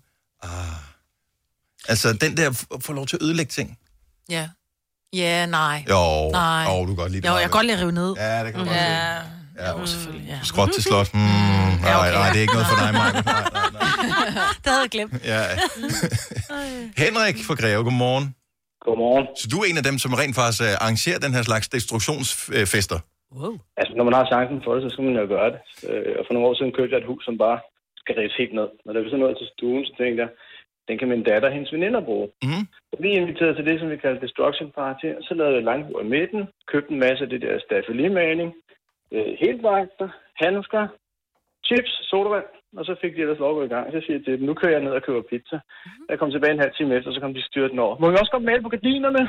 altså den der får lov til at ødelægge ting. Ja. Ja, nej. Jo, nej. Du kan godt lide det. Jo, jeg kan godt lide at rive ned. Ja, det kan du godt lide. Ja, selvfølgelig, ja. Skråt til slot. Nej, det er ikke noget for dig, Maja. Nej. Det havde jeg glemt. Ja. Henrik fra Greve, godmorgen. Godmorgen. Så du er en af dem, som rent faktisk arrangerer den her slags destruktionsfester? Wow. Altså, når man har chancen for det, så skal man jo gøre det. Og for nogle år siden købte jeg et hus, som bare skal rives helt ned. Når det er så noget til stuen, så tænkte jeg, den kan min datter og hendes veninder bruge. Mm. Så vi inviterede til det, som vi kalder Destruction Party, og så lavede jeg langbord i midten, købte en masse af det der staffelimaling, helt vagter, handsker, chips, sodavand, og så fik de ellers lov at gå i gang. Så siger jeg til dem, nu kører jeg ned og køber pizza. Jeg kom tilbage en halv time efter, så kom de styrtende over. Må vi også godt male på gardinerne?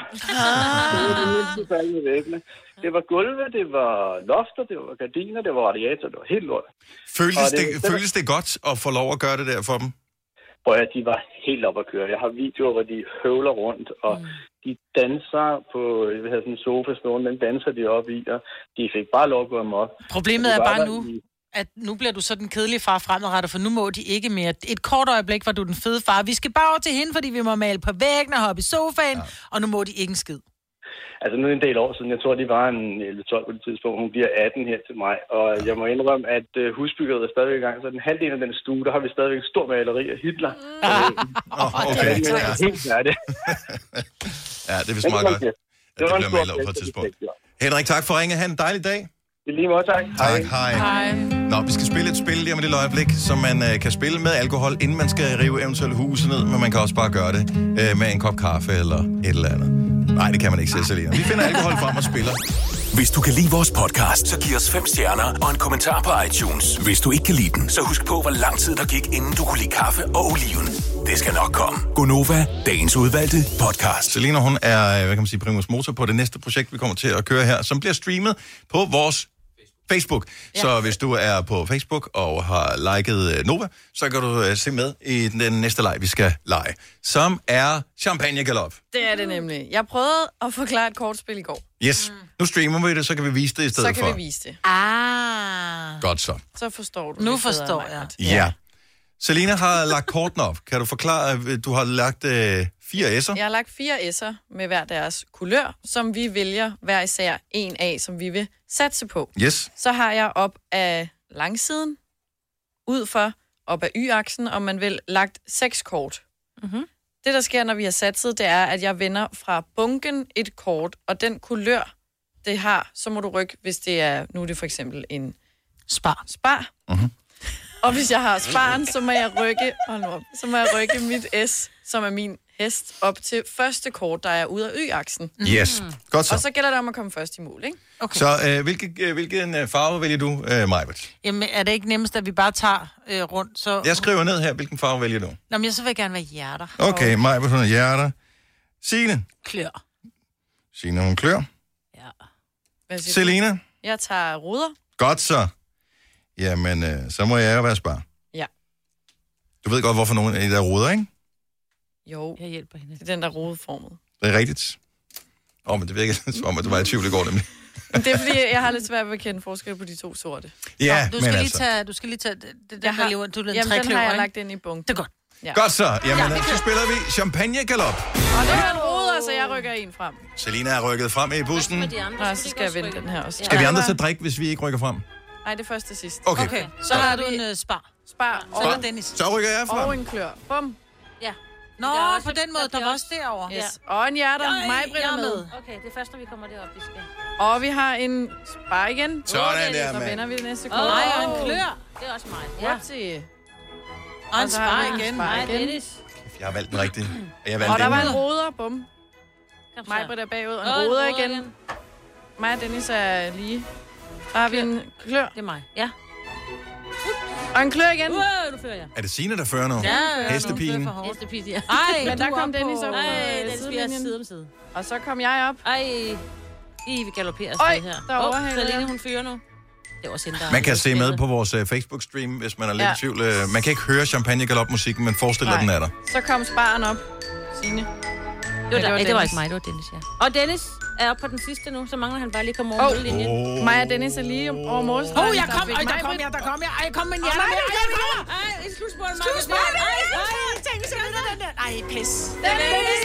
Det var gulve, det var lofter, det var gardiner, det var radiator, det var helt lort. Føles det godt at få lov at gøre det der for dem? Prøv at de var helt op at køre. Jeg har videoer, hvor de høvler rundt, og de danser på sådan en sofa stående, den danser de op i, og de fik bare lov at gå dem op. Problemet er bare nu, at nu bliver du så den kedelige far fremadrettet, for nu må de ikke mere. Et kort øjeblik var du den fede far. Vi skal bare over til hende, fordi vi må male på væggen og hoppe i sofaen, og nu må de ikke en skid. Altså nu er det en del år siden, jeg tror, de var en 11-12 på det tidspunkt. Hun bliver 18 her til mig, og jeg må indrømme, at husbyggeriet er stadigvæk i gang. Så den halvdelen af den stue, der har vi stadigvæk en stor maleri af Hitler. Okay. Det er helt færdigt. Ja, det er vist meget godt. Det bliver malet op på et tidspunkt. Henrik, tak for at ringe. Ha' en dejlig dag. I lige måde, tak. Hej. Nå, vi skal spille et spil lige om et lille øjeblik, som man kan spille med alkohol, inden man skal rive eventuelle huse ned, men man kan også bare gøre det med en kop kaffe eller et eller andet. Nej, det kan man ikke se, Selina. Vi finder alkohol frem og spiller. Hvis du kan lide vores podcast, så giv os 5 stjerner og en kommentar på iTunes. Hvis du ikke kan lide den, så husk på, hvor lang tid der gik, inden du kunne lide kaffe og oliven. Det skal nok komme. Gonova, dagens udvalgte podcast. Selina, hun er, hvad kan man sige, primus motor på det næste projekt, vi kommer til at køre her, som bliver streamet på vores Facebook. Ja. Så hvis du er på Facebook og har liket Nova, så kan du se med i den næste leg, vi skal lege, som er Champagne Galop. Det er det nemlig. Jeg prøvede at forklare et kortspil i går. Yes. Nu streamer vi det, så kan vi vise det i stedet for. Så kan vi vise det. Godt så. Så forstår du. Nu forstår jeg. Ja. Selina har lagt korten op. Kan du forklare, du har lagt 4 S'er? Jeg har lagt 4 S'er med hver deres kulør, som vi vælger hver især en af, som vi vil satse på. Yes. Så har jeg op af langsiden, ud for op af y-aksen, og man vil lagt 6 kort. Mm-hmm. Det, der sker, når vi har satset, det er, at jeg vender fra bunken et kort, og den kulør, det har, så må du rykke, hvis det er, nu er det for eksempel en spar. Mm-hmm. Og hvis jeg har sparen, så må jeg rykke, mit S, som er min hest, op til første kort, der er ude af y-aksen. Yes, godt så. Og så gælder det om at komme først i mål, ikke? Okay. Så hvilken farve vælger du, Majbert? Jamen, er det ikke nemmest, at vi bare tager rundt, så... Jeg skriver ned her, hvilken farve vælger du? Nå, men så vil jeg gerne være hjerter. Okay, Majbert, hun er hjerter. Signe? Klør. Signe, hun klør. Ja. Selina? Jeg tager ruder. Godt så. Jamen, så må jeg jo være spar. Ja. Du ved godt, hvorfor nogen af de der ruder, ikke? Jo, jeg hjælper hende. Det er den, der er rodeformet. Det er rigtigt. Men det virker som om, at du var i tvivl i går, nemlig. Det er fordi, jeg har lidt svært ved at kende forskel på de 2 sorte. Ja, du skal lige tage det der lever, du den jamen, den har jeg lagt ind i bunken. Det er godt. Ja. Godt så. Jamen, så spiller vi Champagne Galop. Og det er en ruder, så jeg rykker en frem. Selina er rykket frem i bussen. Nej, så skal jeg vende den her også. Skal vi andre så drikke, hvis vi ikke rykker frem? Nej, det er først til sidst. Okay. Så har du en spar. Og Dennis. Så rykker jeg frem. Og en klør. Bum. Ja. Nå, på den måde, der var også derovre. Yes. Og en hjerter. Mig bringer med. Okay, det er først, når vi kommer derop, vi skal. Og vi har en spar igen. Sådan der, så mand. vender vi det næste kort. Nej, og en klør. Det er også mig. Ja. Og en spar igen. Nej, Dennis. Jeg har valgt den rigtige. Og der var en ruder. Bum. Mig bringer bagud. Og en ruder igen. Mig og Dennis er lige. Så har vi en klør. Det er mig. Ja. Og en klør igen. Nu fører jeg. Er det Signe, der fører nu? Ja, Hestepigen. Hestepigen, ja. Ej, men der kom Dennis op. Ej, den spiger side om side. Og så kom jeg op. Ej, vi galopperer afsted her. Der overhælder Selina, hun fører nu. Det var sindssygt. Man kan se med på vores Facebook-stream, hvis man er lidt i tvivl. Man kan ikke høre Champagne Galop-musikken, men forestiller den er der. Så kom sparen op, Signe. Det var ikke mig, det var Dennis, ja. Og Dennis er oppe på den sidste nu, så mangler han bare lige komme over mållinjen. Mig og Dennis er lige over målstregen. Jeg kom. Der kom jeg. Ej, kom med en hjerter. Ej, et slutspurt. Ej, pis. Dennis!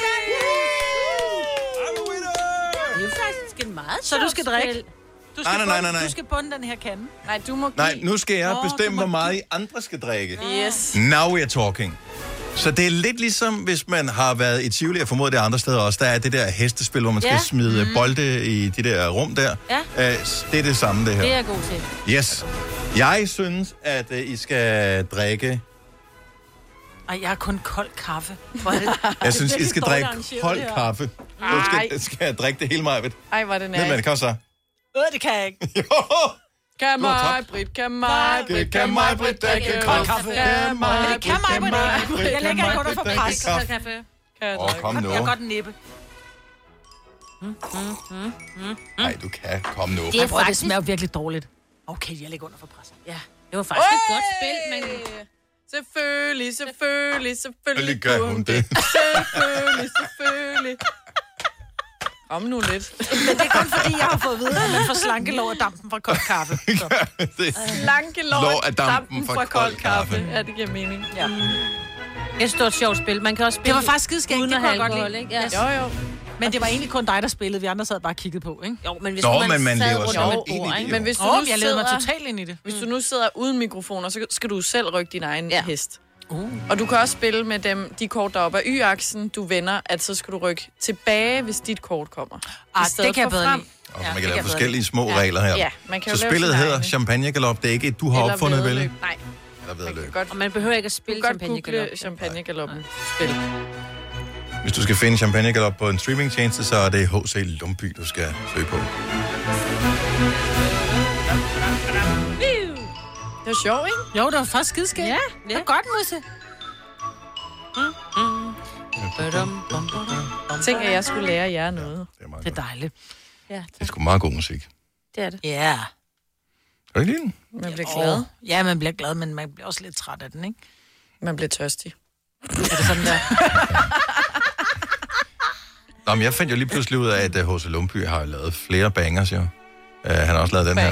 Det er faktisk en meget Så du skal drikke? Nej. Du skal bunde den her kande. Nej, du må give. Nej, nu skal jeg bestemme, hvor meget I andre skal drikke. Yes. Now we're talking. Så det er lidt ligesom, hvis man har været i Tivoli, og formodet det andre steder også, der er det der hestespil, hvor man skal smide bolde i de der rum der. Ja. Det er det samme, det her. Det er jeg god til. Yes. Jeg synes, at I skal drikke... Ej, jeg har kun kold kaffe. Jeg synes, I skal drikke kold kaffe. Du skal drikke det hele, Majbet. Ej, hvor er det nært. Men kom så. Det kan jeg ikke. Kan mig, Britt, kan mig, Britt, kan mig, Britt, drikke kold kaffe. Kan mig, Men det kan mig, Britt. Jeg lægger ikke under for pres. Kom nu. Jeg kan godt nippe. Nej, du kan. Kom nu. Det smager virkelig dårligt. Okay, jeg lægger under for pres. Ja, det var faktisk et godt spil, men... Selvfølgelig gør hun det. Selvfølgelig. Kom nu lidt. Men det er kun fordi, jeg har fået at vide, at man får slankelår af dampen fra kold kaffe. Slankelår af dampen fra kold kaffe. Ja, det giver mening. Ja. Et stort sjovt spil. Man kan også spille det var faktisk skidskægt. uden at have alkohol, ikke? Ja. Jo. Men det var egentlig kun dig, der spillede. Vi andre sad bare og kiggede på, ikke? Jo, men hvis man lever sådan ikke? Men hvis du jeg lavede mig totalt ind i det. Hvis du nu sidder uden mikrofoner, så skal du selv rykke din egen hest. Og du kan også spille med de kort, der er oppe af y-aksen, du vender, at så skal du rykke tilbage, hvis dit kort kommer. Det kan jeg bedre lide. Og man kan lave forskellige små regler her. Ja, man kan så spillet hedder Champagne Galop. Det er ikke et, du har opfundet, vel? Nej. Eller vedløb. Og man behøver ikke at spille Champagne Galop. Champagne Galoppen spil. Hvis du skal finde Champagne Galop på en streamingtjeneste, så er det H.C. Lumbye, du skal søge på. Det var sjovt, ikke? Jo, det var faktisk skideskægt. Ja. Det var godt, Musse. Tænk, at jeg skulle lære jer noget. Det er dejligt. Ja, det er sgu meget god musik. Det er det. Ja. Er det ikke den? Man bliver glad. Ja, man bliver glad, men man bliver også lidt træt af den, ikke? Man bliver tørstig. Er det sådan der? Nå, men jeg fandt jo lige pludselig ud af, at H.C. Lumbye har lavet flere bangers, jo. Han har også lavet den her.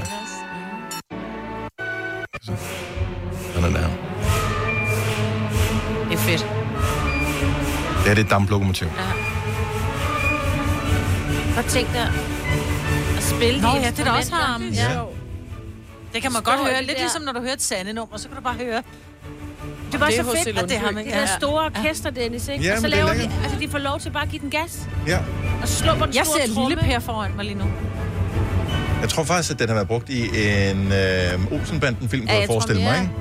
Sådan der. Det er fedt. Det er det damplokomotiv. Ja. Prøv tænk dig at spille Nå, ja, det er da også ham. Ja. Det kan man godt høre. Lidt ligesom når du hører et sandenummer, så kan du bare høre. Det var så fedt, at det har man. Det der store orkester, Dennis, ikke? Ja, og så laver de, altså de får lov til bare at give den gas. Ja. Og slupper den jeg store ser lille Per foran mig lige nu. Jeg tror faktisk, at den har været brugt i en Olsenbanden-film, kunne jeg forestille mig, ikke?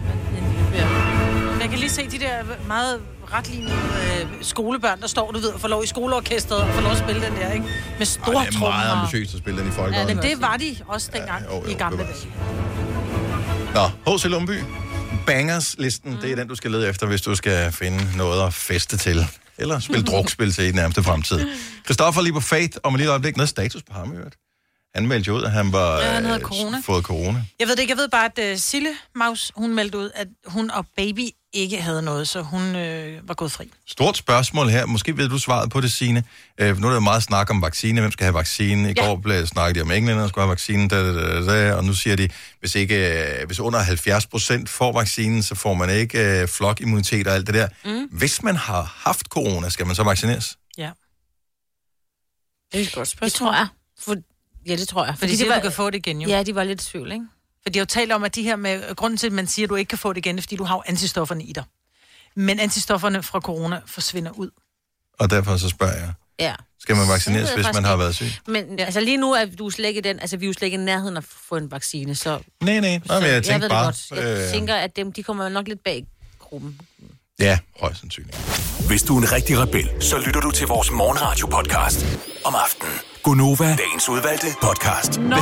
Jeg kan lige se de der meget retlignende skolebørn, der står, du ved, og får lov i skoleorkestret og får lov at spille den der, ikke? Med store trommer. Det er meget ambitiøst at spille den i folkeånden. Ja, men det var de også dengang i gamle dage. Nå, H.C. Lumbye. Bangers-listen, det er den, du skal lede efter, hvis du skal finde noget at feste til. Eller spille drukspil til i den nærmeste fremtid. Christoffer lige på Faith, om et lille øjeblik, noget status på ham, hørt. Han meldte jo ud, at han var fået corona. Jeg ved det ikke. Jeg ved bare, at Sille Maus, hun meldte ud, at hun og baby ikke havde noget, så hun var gået fri. Stort spørgsmål her. Måske ved du svaret på det, Signe. Nu er der jo meget snak om vaccine. Hvem skal have vaccine? I går blev snakket de om englænderne, skulle have vaccine. Og nu siger de, hvis under 70% får vaccinen, så får man ikke flokimmunitet og alt det der. Hvis man har haft corona, skal man så vaccineres? Ja. Det er et godt spørgsmål. Det tror jeg. Ja, det tror jeg. Fordi de siger, du kan få det igen, jo. Ja, de var lidt i tvivl, ikke? For de har jo talt om, at de her med grunden til, at man siger, at du ikke kan få det igen, fordi du har antistofferne i dig. Men antistofferne fra corona forsvinder ud. Og derfor så spørger jeg. Ja. Skal man vaccineres, hvis man har været syg? Men altså lige nu er du slet ikke den, altså vi er jo slet ikke i nærheden at få en vaccine, så... Nej, men jeg tænker bare... Jeg tænker, at de kommer nok lidt bag gruppen. Ja, højst sandsynligt. Hvis du er en rigtig rebel, så lytter du til vores morgenradio-podcast om aftenen. Gonova, dagens udvalgte podcast. Nå!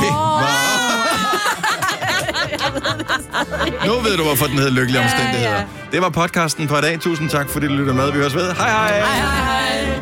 Nu ved du, hvorfor den hedder Lykkelige Omstændigheder. Det var podcasten for i dag. Tusind tak, fordi du lytter med. Vi høres ved. Hej hej! Hej hej!